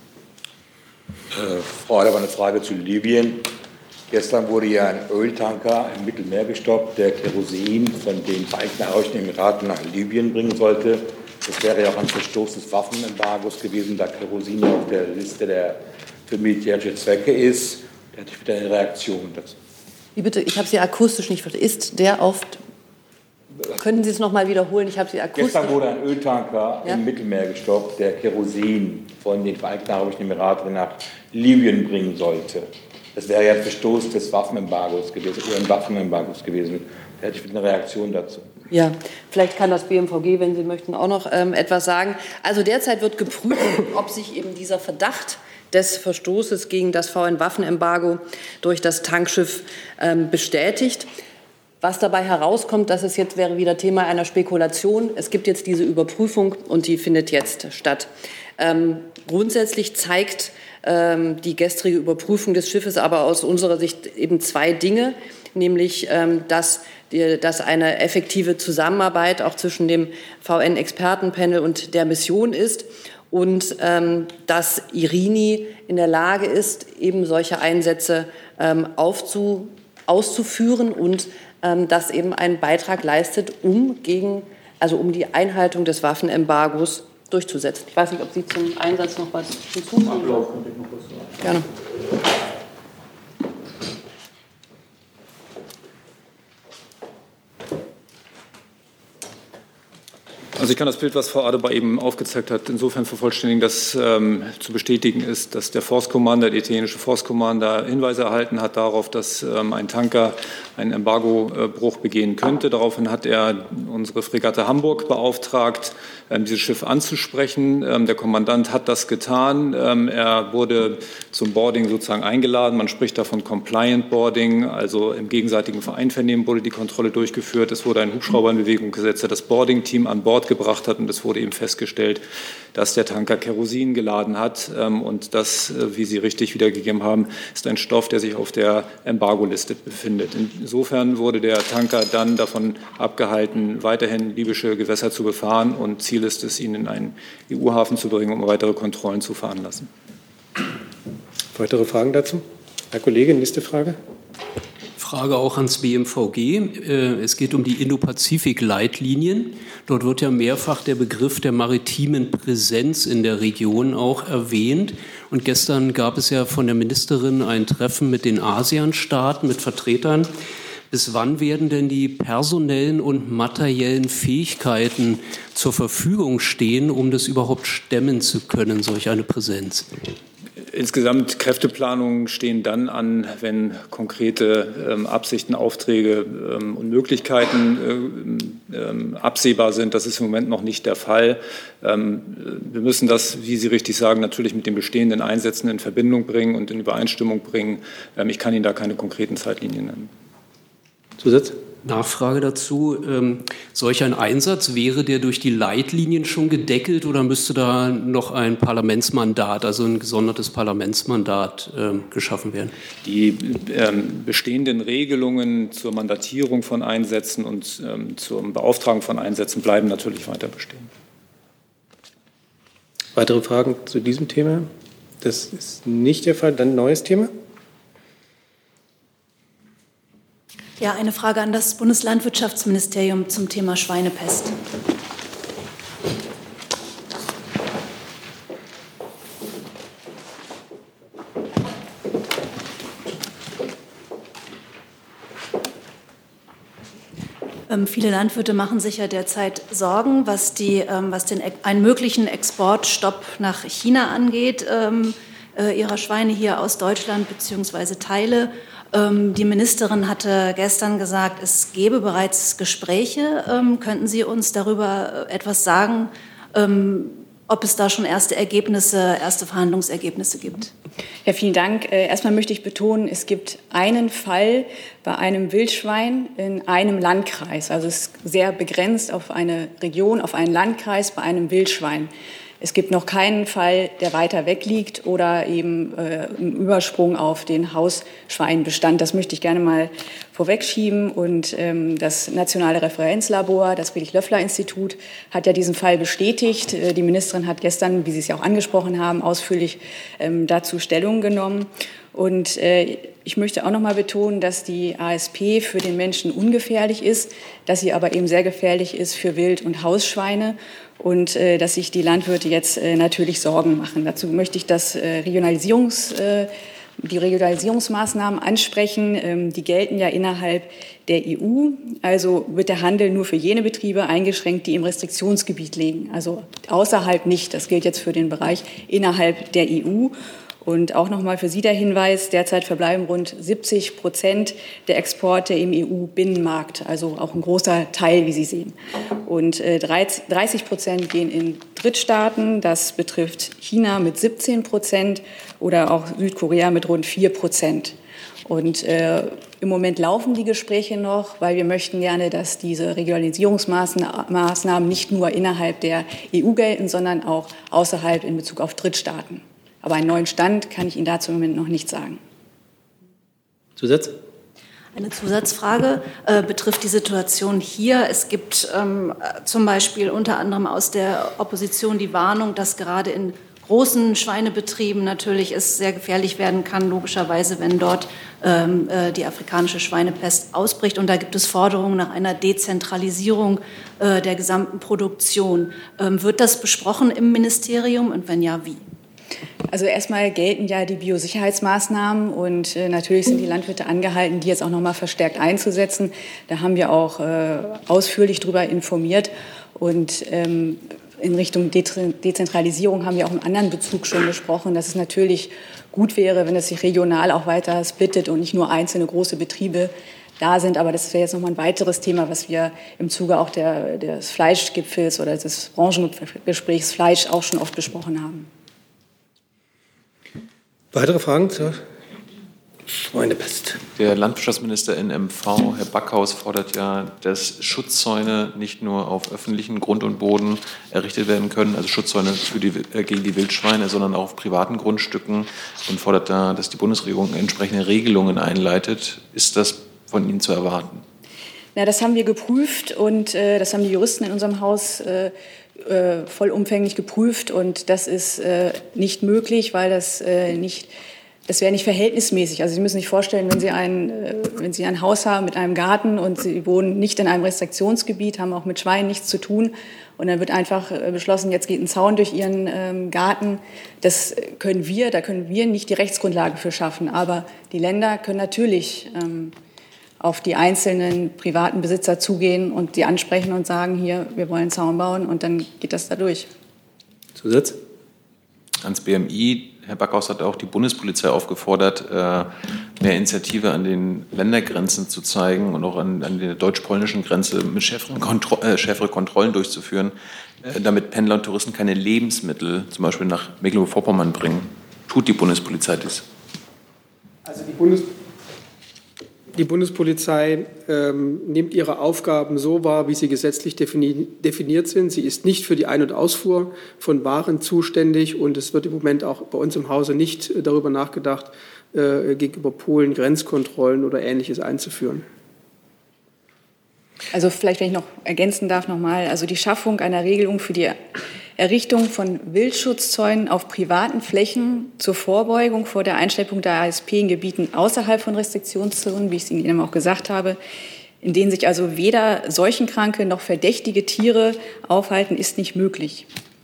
Äh, Frau Haller, eine Frage zu Libyen. Gestern wurde ja ein Öltanker im Mittelmeer gestoppt, der Kerosin von den Vereinigten Arabischen Emiraten nach Libyen bringen sollte. Das wäre ja auch ein Verstoß des Waffenembargos gewesen, da Kerosin ja auf der Liste der für militärische Zwecke ist. Da hätte ich wieder eine Reaktion dazu. Wie bitte? Ich habe Sie akustisch nicht verstanden. Ist der oft... Könnten Sie es noch mal wiederholen? Ich habe Sie akustisch... Gestern wurde ein Öltanker ja? im Mittelmeer gestoppt, der Kerosin von den Vereinigten Arabischen Emiraten nach Libyen bringen sollte. Das wäre ja ein Verstoß des Waffenembargos gewesen, oder ein Waffenembargos gewesen. Da hätte ich wieder eine Reaktion dazu. Ja, vielleicht kann das B M V G, wenn Sie möchten, auch noch ähm, etwas sagen. Also derzeit wird geprüft, ob sich eben dieser Verdacht des Verstoßes gegen das V N-Waffenembargo durch das Tankschiff ähm, bestätigt. Was dabei herauskommt, das ist jetzt wäre wieder Thema einer Spekulation. Es gibt jetzt diese Überprüfung und die findet jetzt statt. Ähm, grundsätzlich zeigt ähm, die gestrige Überprüfung des Schiffes aber aus unserer Sicht eben zwei Dinge, nämlich ähm, dass, die, dass eine effektive Zusammenarbeit auch zwischen dem V N-Expertenpanel und der Mission ist und ähm, dass IRINI in der Lage ist, eben solche Einsätze ähm, aufzu, auszuführen und ähm, das eben einen Beitrag leistet, um gegen, also um die Einhaltung des Waffenembargos durchzusetzen. Ich weiß nicht, ob Sie zum Einsatz noch was hinzufügen. Ablauf könnte ich noch was sagen. Gerne. Also ich kann das Bild, was Frau Adebar eben aufgezeigt hat, insofern vervollständigen, dass ähm, zu bestätigen ist, dass der Force Commander, der italienische Force Commander, Hinweise erhalten hat darauf, dass ähm, ein Tanker einen Embargobruch begehen könnte. Daraufhin hat er unsere Fregatte Hamburg beauftragt, ähm, dieses Schiff anzusprechen. Ähm, der Kommandant hat das getan. Ähm, er wurde zum Boarding sozusagen eingeladen. Man spricht da von Compliant Boarding, also im gegenseitigen Einvernehmen wurde die Kontrolle durchgeführt. Es wurde ein Hubschrauber in Bewegung gesetzt, der das Boarding-Team an Bord gebracht hat, und es wurde eben festgestellt, dass der Tanker Kerosin geladen hat, und das, wie Sie richtig wiedergegeben haben, ist ein Stoff, der sich auf der Embargo-Liste befindet. Insofern wurde der Tanker dann davon abgehalten, weiterhin libysche Gewässer zu befahren, und Ziel ist es, ihn in einen E U-Hafen zu bringen, um weitere Kontrollen zu veranlassen. Weitere Fragen dazu? Herr Kollege, nächste Frage. Frage auch ans B M V G. Es geht um die Indo-Pazifik-Leitlinien. Dort wird ja mehrfach der Begriff der maritimen Präsenz in der Region auch erwähnt. Und gestern gab es ja von der Ministerin ein Treffen mit den ASEAN-Staaten, mit Vertretern. Bis wann werden denn die personellen und materiellen Fähigkeiten zur Verfügung stehen, um das überhaupt stemmen zu können, solch eine Präsenz? Insgesamt Kräfteplanungen stehen dann an, wenn konkrete ähm, Absichten, Aufträge ähm, und Möglichkeiten äh, ähm, absehbar sind. Das ist im Moment noch nicht der Fall. Ähm, wir müssen das, wie Sie richtig sagen, natürlich mit den bestehenden Einsätzen in Verbindung bringen und in Übereinstimmung bringen. Ähm, ich kann Ihnen da keine konkreten Zeitlinien nennen. Zusatz? Nachfrage dazu. Ähm, solch ein Einsatz, wäre der durch die Leitlinien schon gedeckelt oder müsste da noch ein Parlamentsmandat, also ein gesondertes Parlamentsmandat ähm, geschaffen werden? Die ähm, bestehenden Regelungen zur Mandatierung von Einsätzen und ähm, zur Beauftragung von Einsätzen bleiben natürlich weiter bestehen. Weitere Fragen zu diesem Thema? Das ist nicht der Fall. Dann ein neues Thema. Ja, eine Frage an das Bundeslandwirtschaftsministerium zum Thema Schweinepest. Ähm, viele Landwirte machen sich ja derzeit Sorgen, was, die, ähm, was den, einen möglichen Exportstopp nach China angeht, ähm, äh, ihrer Schweine hier aus Deutschland bzw. Teile. Die Ministerin hatte gestern gesagt, es gebe bereits Gespräche. Könnten Sie uns darüber etwas sagen, ob es da schon erste Ergebnisse, erste Verhandlungsergebnisse gibt. Ja, vielen Dank. Erstmal möchte ich betonen, es gibt einen Fall bei einem Wildschwein in einem Landkreis. Also es ist sehr begrenzt auf eine Region, auf einen Landkreis bei einem Wildschwein. Es gibt noch keinen Fall, der weiter weg liegt oder eben äh, einen Übersprung auf den Hausschweinbestand. Das möchte ich gerne mal vorwegschieben. Und ähm, das Nationale Referenzlabor, das Friedrich-Löffler-Institut, hat ja diesen Fall bestätigt. Äh, die Ministerin hat gestern, wie Sie es ja auch angesprochen haben, ausführlich ähm, dazu Stellung genommen. Und äh, ich möchte auch noch mal betonen, dass die A S P für den Menschen ungefährlich ist, dass sie aber eben sehr gefährlich ist für Wild- und Hausschweine. Und äh, dass sich die Landwirte jetzt äh, natürlich Sorgen machen. Dazu möchte ich das äh, Regionalisierungs, äh, die Regionalisierungsmaßnahmen ansprechen. Ähm, die gelten ja innerhalb der E U. Also wird der Handel nur für jene Betriebe eingeschränkt, die im Restriktionsgebiet liegen. Also außerhalb nicht. Das gilt jetzt für den Bereich innerhalb der E U. Und auch noch mal für Sie der Hinweis, derzeit verbleiben rund siebzig Prozent der Exporte im E U-Binnenmarkt, also auch ein großer Teil, wie Sie sehen. Und äh, dreißig Prozent gehen in Drittstaaten, das betrifft China mit siebzehn Prozent oder auch Südkorea mit rund vier Prozent. Und äh, im Moment laufen die Gespräche noch, weil wir möchten gerne, dass diese Regionalisierungsmaßnahmen nicht nur innerhalb der E U gelten, sondern auch außerhalb in Bezug auf Drittstaaten. Aber einen neuen Stand kann ich Ihnen dazu im Moment noch nicht sagen. Zusatz? Eine Zusatzfrage äh, betrifft die Situation hier. Es gibt ähm, zum Beispiel unter anderem aus der Opposition die Warnung, dass gerade in großen Schweinebetrieben natürlich es sehr gefährlich werden kann, logischerweise, wenn dort ähm, äh, die afrikanische Schweinepest ausbricht. Und da gibt es Forderungen nach einer Dezentralisierung äh, der gesamten Produktion. Ähm, wird das besprochen im Ministerium und wenn ja, wie? Also erstmal gelten ja die Biosicherheitsmaßnahmen und äh, natürlich sind die Landwirte angehalten, die jetzt auch noch mal verstärkt einzusetzen. Da haben wir auch äh, ausführlich darüber informiert und ähm, in Richtung De- Dezentralisierung haben wir auch im anderen Bezug schon gesprochen, dass es natürlich gut wäre, wenn es sich regional auch weiter splittet und nicht nur einzelne große Betriebe da sind. Aber das wäre jetzt noch mal ein weiteres Thema, was wir im Zuge auch der, des Fleischgipfels oder des Branchengesprächs Fleisch auch schon oft besprochen haben. Weitere Fragen zur Schweinepest? Der Landwirtschaftsminister in M V, Herr Backhaus, fordert ja, dass Schutzzäune nicht nur auf öffentlichen Grund und Boden errichtet werden können, also Schutzzäune für die, äh, gegen die Wildschweine, sondern auch auf privaten Grundstücken und fordert da, dass die Bundesregierung entsprechende Regelungen einleitet. Ist das von Ihnen zu erwarten? Ja, das haben wir geprüft und äh, das haben die Juristen in unserem Haus äh, äh, vollumfänglich geprüft und das ist äh, nicht möglich, weil das äh, nicht, das wäre nicht verhältnismäßig. Also Sie müssen sich vorstellen, wenn Sie ein, äh, wenn Sie ein Haus haben mit einem Garten und Sie wohnen nicht in einem Restriktionsgebiet, haben auch mit Schweinen nichts zu tun und dann wird einfach äh, beschlossen, jetzt geht ein Zaun durch Ihren ähm, Garten. Das können wir, da können wir nicht die Rechtsgrundlage für schaffen, aber die Länder können natürlich ähm, auf die einzelnen privaten Besitzer zugehen und die ansprechen und sagen, hier, wir wollen einen Zaun bauen und dann geht das da durch. Zusatz? Ans B M I, Herr Backhaus hat auch die Bundespolizei aufgefordert, mehr Initiative an den Ländergrenzen zu zeigen und auch an, an der deutsch-polnischen Grenze mit schärferen Kontro- äh, schärfere Kontrollen durchzuführen, äh, damit Pendler und Touristen keine Lebensmittel zum Beispiel nach Mecklenburg-Vorpommern bringen. Tut die Bundespolizei dies? Also die Bundespolizei Die Bundespolizei ähm, nimmt ihre Aufgaben so wahr, wie sie gesetzlich defini- definiert sind. Sie ist nicht für die Ein- und Ausfuhr von Waren zuständig und es wird im Moment auch bei uns im Hause nicht äh, darüber nachgedacht, äh, gegenüber Polen Grenzkontrollen oder Ähnliches einzuführen. Also vielleicht, wenn ich noch ergänzen darf, nochmal, also die Schaffung einer Regelung für die Errichtung von Wildschutzzäunen auf privaten Flächen zur Vorbeugung vor der Einschleppung der A S P in Gebieten außerhalb von Restriktionszonen, wie ich es Ihnen eben auch gesagt habe, in denen sich also weder seuchenkranke noch verdächtige Tiere aufhalten, ist nicht möglich.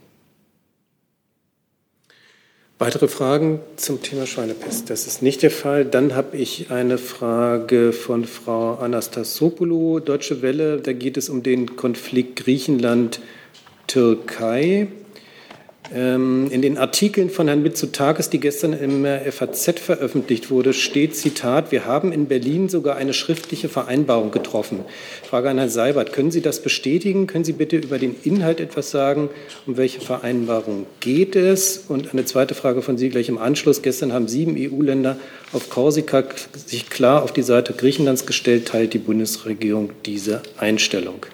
Weitere Fragen zum Thema Schweinepest? Das ist nicht der Fall. Dann habe ich eine Frage von Frau Anastassopoulou, Deutsche Welle. Da geht es um den Konflikt Griechenland-Türkei. In den Artikeln von Herrn Mitsotakis, die gestern im F A Z veröffentlicht wurde, steht, Zitat, wir haben in Berlin sogar eine schriftliche Vereinbarung getroffen. Frage an Herrn Seibert, können Sie das bestätigen? Können Sie bitte über den Inhalt etwas sagen? Um welche Vereinbarung geht es? Und eine zweite Frage von Sie gleich im Anschluss. Gestern haben sieben E U-Länder auf Korsika sich klar auf die Seite Griechenlands gestellt. Teilt die Bundesregierung diese Einstellung?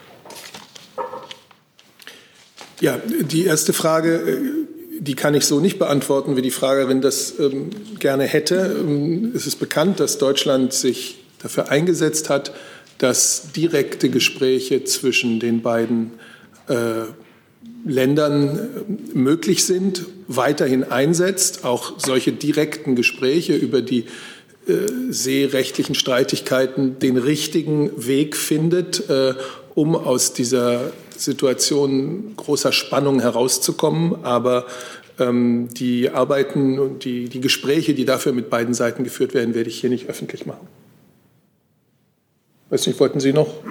Ja, die erste Frage, die kann ich so nicht beantworten, wie die Fragerin das ähm, gerne hätte. Ähm, es ist bekannt, dass Deutschland sich dafür eingesetzt hat, dass direkte Gespräche zwischen den beiden äh, Ländern äh, möglich sind, weiterhin einsetzt, auch solche direkten Gespräche über die äh, seerechtlichen Streitigkeiten den richtigen Weg findet, äh, um aus dieser Situation großer Spannung herauszukommen. Aber ähm, die Arbeiten und die, die Gespräche, die dafür mit beiden Seiten geführt werden, werde ich hier nicht öffentlich machen. Weiß nicht, wollten Sie noch?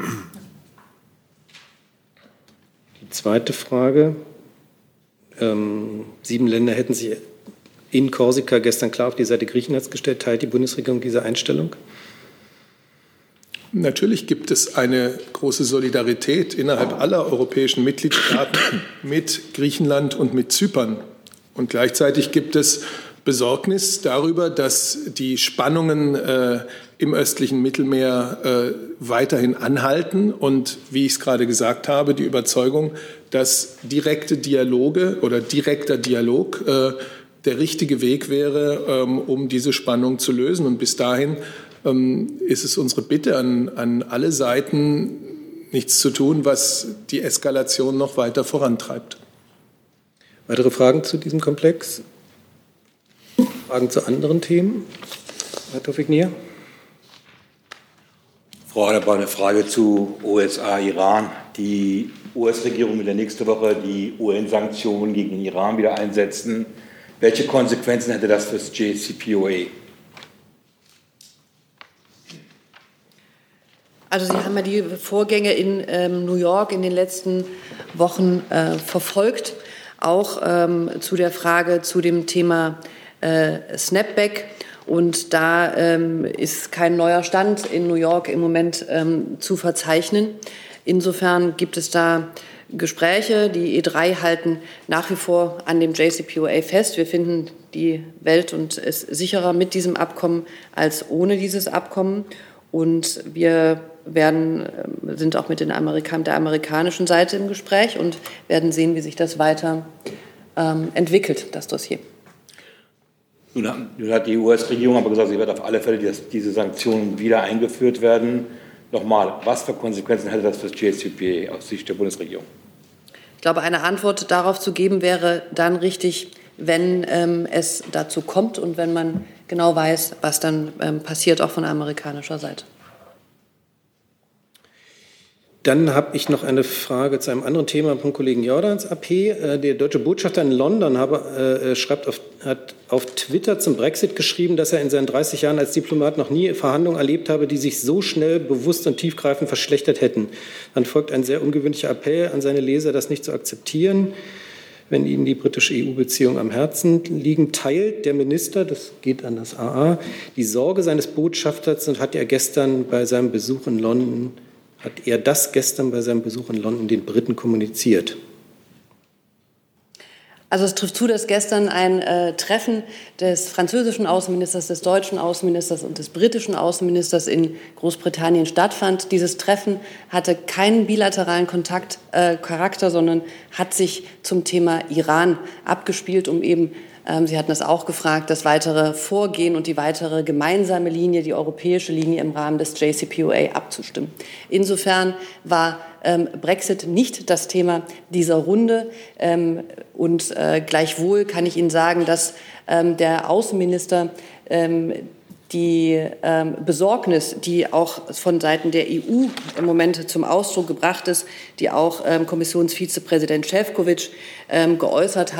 Die zweite Frage. Ähm, sieben Länder hätten sich in Korsika gestern klar auf die Seite Griechenlands gestellt. Teilt die Bundesregierung diese Einstellung? Natürlich gibt es eine große Solidarität innerhalb aller europäischen Mitgliedstaaten mit Griechenland und mit Zypern. Und gleichzeitig gibt es Besorgnis darüber, dass die Spannungen äh, im östlichen Mittelmeer äh, weiterhin anhalten. Und wie ich es gerade gesagt habe, die Überzeugung, dass direkte Dialoge oder direkter Dialog äh, der richtige Weg wäre, ähm, um diese Spannung zu lösen. Und bis dahin ist es unsere Bitte an, an alle Seiten, nichts zu tun, was die Eskalation noch weiter vorantreibt. Weitere Fragen zu diesem Komplex? Fragen zu anderen Themen? Herr Tawfik-Nia? Frau Adebar, eine Frage zu U S A, Iran. Die U S-Regierung will ja nächste Woche die U N-Sanktionen gegen den Iran wieder einsetzen. Welche Konsequenzen hätte das für das J C P O A? Also Sie haben ja die Vorgänge in ähm, New York in den letzten Wochen äh, verfolgt, auch ähm, zu der Frage zu dem Thema äh, Snapback. Und da ähm, ist kein neuer Stand in New York im Moment ähm, zu verzeichnen. Insofern gibt es da Gespräche. Die E drei halten nach wie vor an dem J C P O A fest. Wir finden die Welt und es sicherer mit diesem Abkommen als ohne dieses Abkommen. Und wir werden, sind auch mit den Amerikan- der amerikanischen Seite im Gespräch und werden sehen, wie sich das weiter ähm, entwickelt, das Dossier. Nun hat, nun hat die U S-Regierung aber gesagt, sie wird auf alle Fälle dass diese Sanktionen wieder eingeführt werden. Nochmal, was für Konsequenzen hätte das für das J C P O A aus Sicht der Bundesregierung? Ich glaube, eine Antwort darauf zu geben, wäre dann richtig, wenn ähm, es dazu kommt und wenn man genau weiß, was dann ähm, passiert, auch von amerikanischer Seite. Dann habe ich noch eine Frage zu einem anderen Thema vom Kollegen Jordans A P. Der deutsche Botschafter in London habe, äh, schreibt auf, hat auf Twitter zum Brexit geschrieben, dass er in seinen dreißig Jahren als Diplomat noch nie Verhandlungen erlebt habe, die sich so schnell, bewusst und tiefgreifend verschlechtert hätten. Dann folgt ein sehr ungewöhnlicher Appell an seine Leser, das nicht zu akzeptieren, wenn ihnen die britische E U-Beziehungen am Herzen liegen. Teilt der Minister, das geht an das A A, die Sorge seines Botschafters und hat er gestern bei seinem Besuch in London Hat er das gestern bei seinem Besuch in London den Briten kommuniziert? Also es trifft zu, dass gestern ein äh, Treffen des französischen Außenministers, des deutschen Außenministers und des britischen Außenministers in Großbritannien stattfand. Dieses Treffen hatte keinen bilateralen Kontaktcharakter, äh, sondern hat sich zum Thema Iran abgespielt, um eben, ähm, Sie hatten das auch gefragt, das weitere Vorgehen und die weitere gemeinsame Linie, die europäische Linie im Rahmen des J C P O A abzustimmen. Insofern war ähm, Brexit nicht das Thema dieser Runde. Ähm, und äh, gleichwohl kann ich Ihnen sagen, dass ähm, der Außenminister ähm, die ähm, Besorgnis, die auch von Seiten der E U im Moment zum Ausdruck gebracht ist, die auch ähm, Kommissionsvizepräsident Šefčovič ähm, geäußert hat,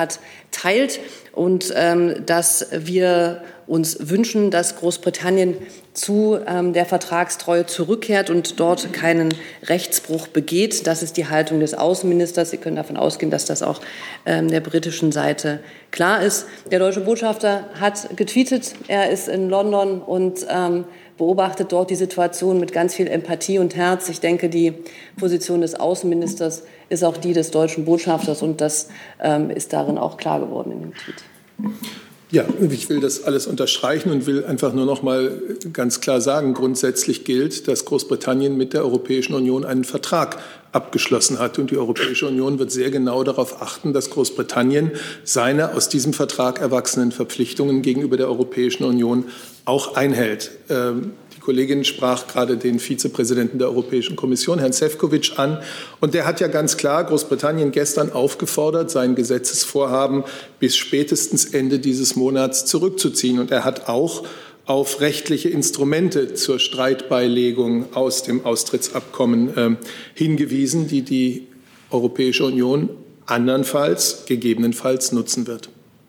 teilt und ähm, dass wir uns wünschen, dass Großbritannien zu ähm, der Vertragstreue zurückkehrt und dort keinen Rechtsbruch begeht. Das ist die Haltung des Außenministers. Sie können davon ausgehen, dass das auch ähm, der britischen Seite klar ist. Der deutsche Botschafter hat getweetet. Er ist in London und ähm, beobachtet dort die Situation mit ganz viel Empathie und Herz. Ich denke, die Position des Außenministers ist auch die des deutschen Botschafters und das ähm, ist darin auch klar geworden in dem Tweet. Ja, ich will das alles unterstreichen und will einfach nur noch mal ganz klar sagen, grundsätzlich gilt, dass Großbritannien mit der Europäischen Union einen Vertrag abgeschlossen hat. Und die Europäische Union wird sehr genau darauf achten, dass Großbritannien seine aus diesem Vertrag erwachsenen Verpflichtungen gegenüber der Europäischen Union auch einhält. Ähm, Die Kollegin sprach gerade den Vizepräsidenten der Europäischen Kommission, Herrn Šefčovič, an. Und der hat ja ganz klar Großbritannien gestern aufgefordert, sein Gesetzesvorhaben bis spätestens Ende dieses Monats zurückzuziehen. Und er hat auch auf rechtliche Instrumente zur Streitbeilegung aus dem Austrittsabkommen äh, hingewiesen, die die Europäische Union andernfalls, gegebenenfalls nutzen wird.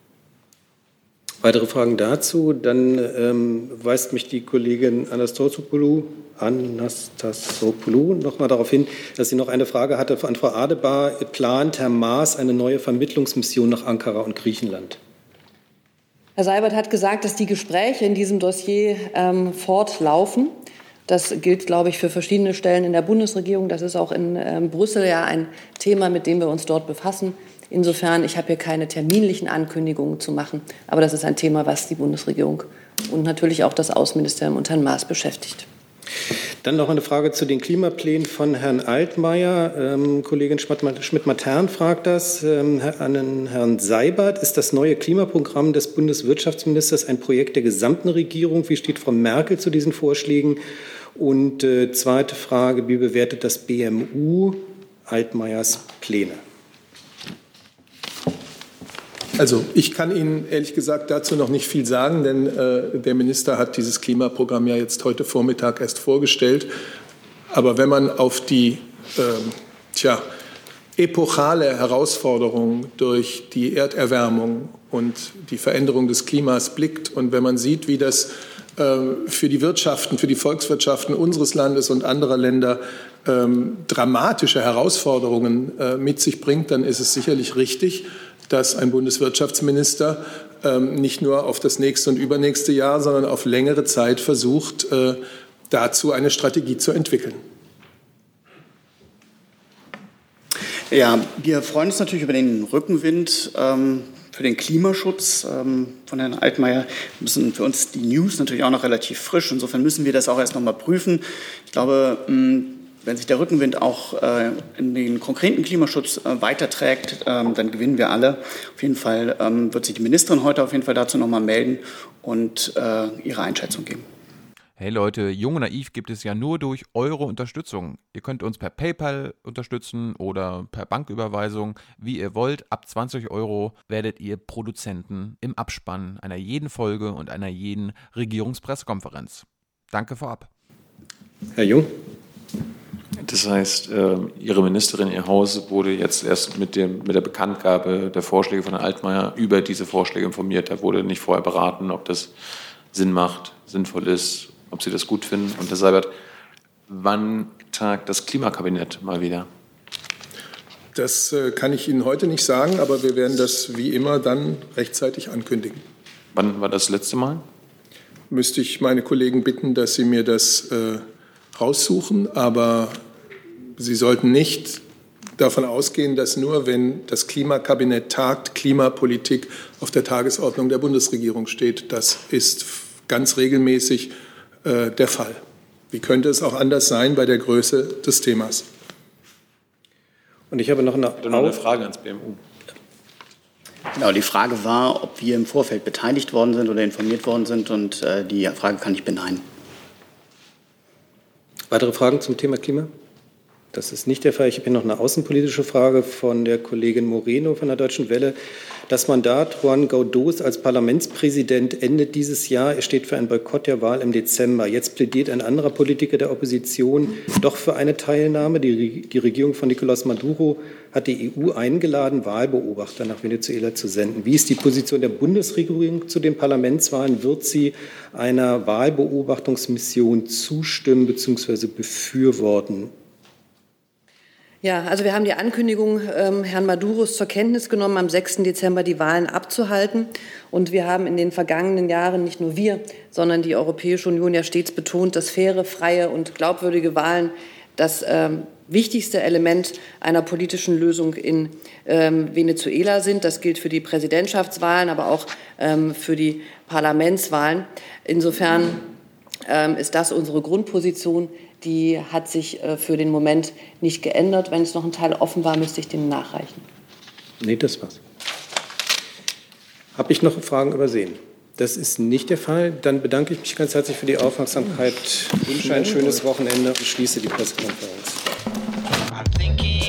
Weitere Fragen dazu? Dann ähm, weist mich die Kollegin Anastassopoulos, Anastassopoulos noch mal darauf hin, dass sie noch eine Frage hatte an Frau Adebar. Plant Herr Maas eine neue Vermittlungsmission nach Ankara und Griechenland? Herr Seibert hat gesagt, dass die Gespräche in diesem Dossier ähm, fortlaufen. Das gilt, glaube ich, für verschiedene Stellen in der Bundesregierung. Das ist auch in ähm, Brüssel ja ein Thema, mit dem wir uns dort befassen. Insofern, ich habe hier keine terminlichen Ankündigungen zu machen. Aber das ist ein Thema, was die Bundesregierung und natürlich auch das Außenministerium und Herrn Maas beschäftigt. Dann noch eine Frage zu den Klimaplänen von Herrn Altmaier. Ähm, Kollegin Schmidt-Matern fragt das ähm, an Herrn Seibert. Ist das neue Klimaprogramm des Bundeswirtschaftsministers ein Projekt der gesamten Regierung? Wie steht Frau Merkel zu diesen Vorschlägen? Und äh, zweite Frage, wie bewertet das B M U Altmaiers Pläne? Also ich kann Ihnen ehrlich gesagt dazu noch nicht viel sagen, denn äh, der Minister hat dieses Klimaprogramm ja jetzt heute Vormittag erst vorgestellt. Aber wenn man auf die äh, tja, epochale Herausforderung durch die Erderwärmung und die Veränderung des Klimas blickt und wenn man sieht, wie das äh, für die Wirtschaften, für die Volkswirtschaften unseres Landes und anderer Länder äh, dramatische Herausforderungen äh, mit sich bringt, dann ist es sicherlich richtig, dass ein Bundeswirtschaftsminister ähm, nicht nur auf das nächste und übernächste Jahr, sondern auf längere Zeit versucht, äh, dazu eine Strategie zu entwickeln. Ja, wir freuen uns natürlich über den Rückenwind ähm, für den Klimaschutz ähm, von Herrn Altmaier. Müssen für uns die News natürlich auch noch relativ frisch. Insofern müssen wir das auch erst noch mal prüfen. Ich glaube, mh, wenn sich der Rückenwind auch äh, in den konkreten Klimaschutz äh, weiterträgt, ähm, dann gewinnen wir alle. Auf jeden Fall ähm, wird sich die Ministerin heute auf jeden Fall dazu noch mal melden und äh, ihre Einschätzung geben. Hey Leute, Jung und Naiv gibt es ja nur durch eure Unterstützung. Ihr könnt uns per PayPal unterstützen oder per Banküberweisung, wie ihr wollt. Ab zwanzig Euro werdet ihr Produzenten im Abspann einer jeden Folge und einer jeden Regierungspressekonferenz. Danke vorab. Herr Jung. Das heißt, Ihre Ministerin, Ihr Haus wurde jetzt erst mit, dem, mit der Bekanntgabe der Vorschläge von Herrn Altmaier über diese Vorschläge informiert. Da wurde nicht vorher beraten, ob das Sinn macht, sinnvoll ist, ob Sie das gut finden. Und Herr Seibert, wann tagt das Klimakabinett mal wieder? Das äh, kann ich Ihnen heute nicht sagen, aber wir werden das wie immer dann rechtzeitig ankündigen. Wann war das letzte Mal? Müsste ich meine Kollegen bitten, dass sie mir das äh, raussuchen, aber Sie sollten nicht davon ausgehen, dass nur wenn das Klimakabinett tagt, Klimapolitik auf der Tagesordnung der Bundesregierung steht. Das ist ganz regelmäßig äh, der Fall. Wie könnte es auch anders sein bei der Größe des Themas? Und ich habe noch eine, noch eine Frage ans B M U. Genau, die Frage war, ob wir im Vorfeld beteiligt worden sind oder informiert worden sind. Und äh, die Frage kann ich beneiden. Weitere Fragen zum Thema Klima? Das ist nicht der Fall. Ich habe hier noch eine außenpolitische Frage von der Kollegin Moreno von der Deutschen Welle. Das Mandat Juan Guaidós als Parlamentspräsident endet dieses Jahr. Er steht für einen Boykott der Wahl im Dezember. Jetzt plädiert ein anderer Politiker der Opposition doch für eine Teilnahme. Die, die Regierung von Nicolás Maduro hat die E U eingeladen, Wahlbeobachter nach Venezuela zu senden. Wie ist die Position der Bundesregierung zu den Parlamentswahlen? Wird sie einer Wahlbeobachtungsmission zustimmen bzw. befürworten? Ja, also wir haben die Ankündigung ähm, Herrn Maduros zur Kenntnis genommen, am sechsten Dezember die Wahlen abzuhalten. Und wir haben in den vergangenen Jahren, nicht nur wir, sondern die Europäische Union ja stets betont, dass faire, freie und glaubwürdige Wahlen das ähm, wichtigste Element einer politischen Lösung in ähm, Venezuela sind. Das gilt für die Präsidentschaftswahlen, aber auch ähm, für die Parlamentswahlen. Insofern ähm, ist das unsere Grundposition. Die hat sich äh, für den Moment nicht geändert. Wenn es noch ein Teil offen war, müsste ich den nachreichen. Nee, das war's. Habe ich noch Fragen übersehen? Das ist nicht der Fall. Dann bedanke ich mich ganz herzlich für die Aufmerksamkeit. Ich wünsche ein schönes Wochenende und schließe die Pressekonferenz.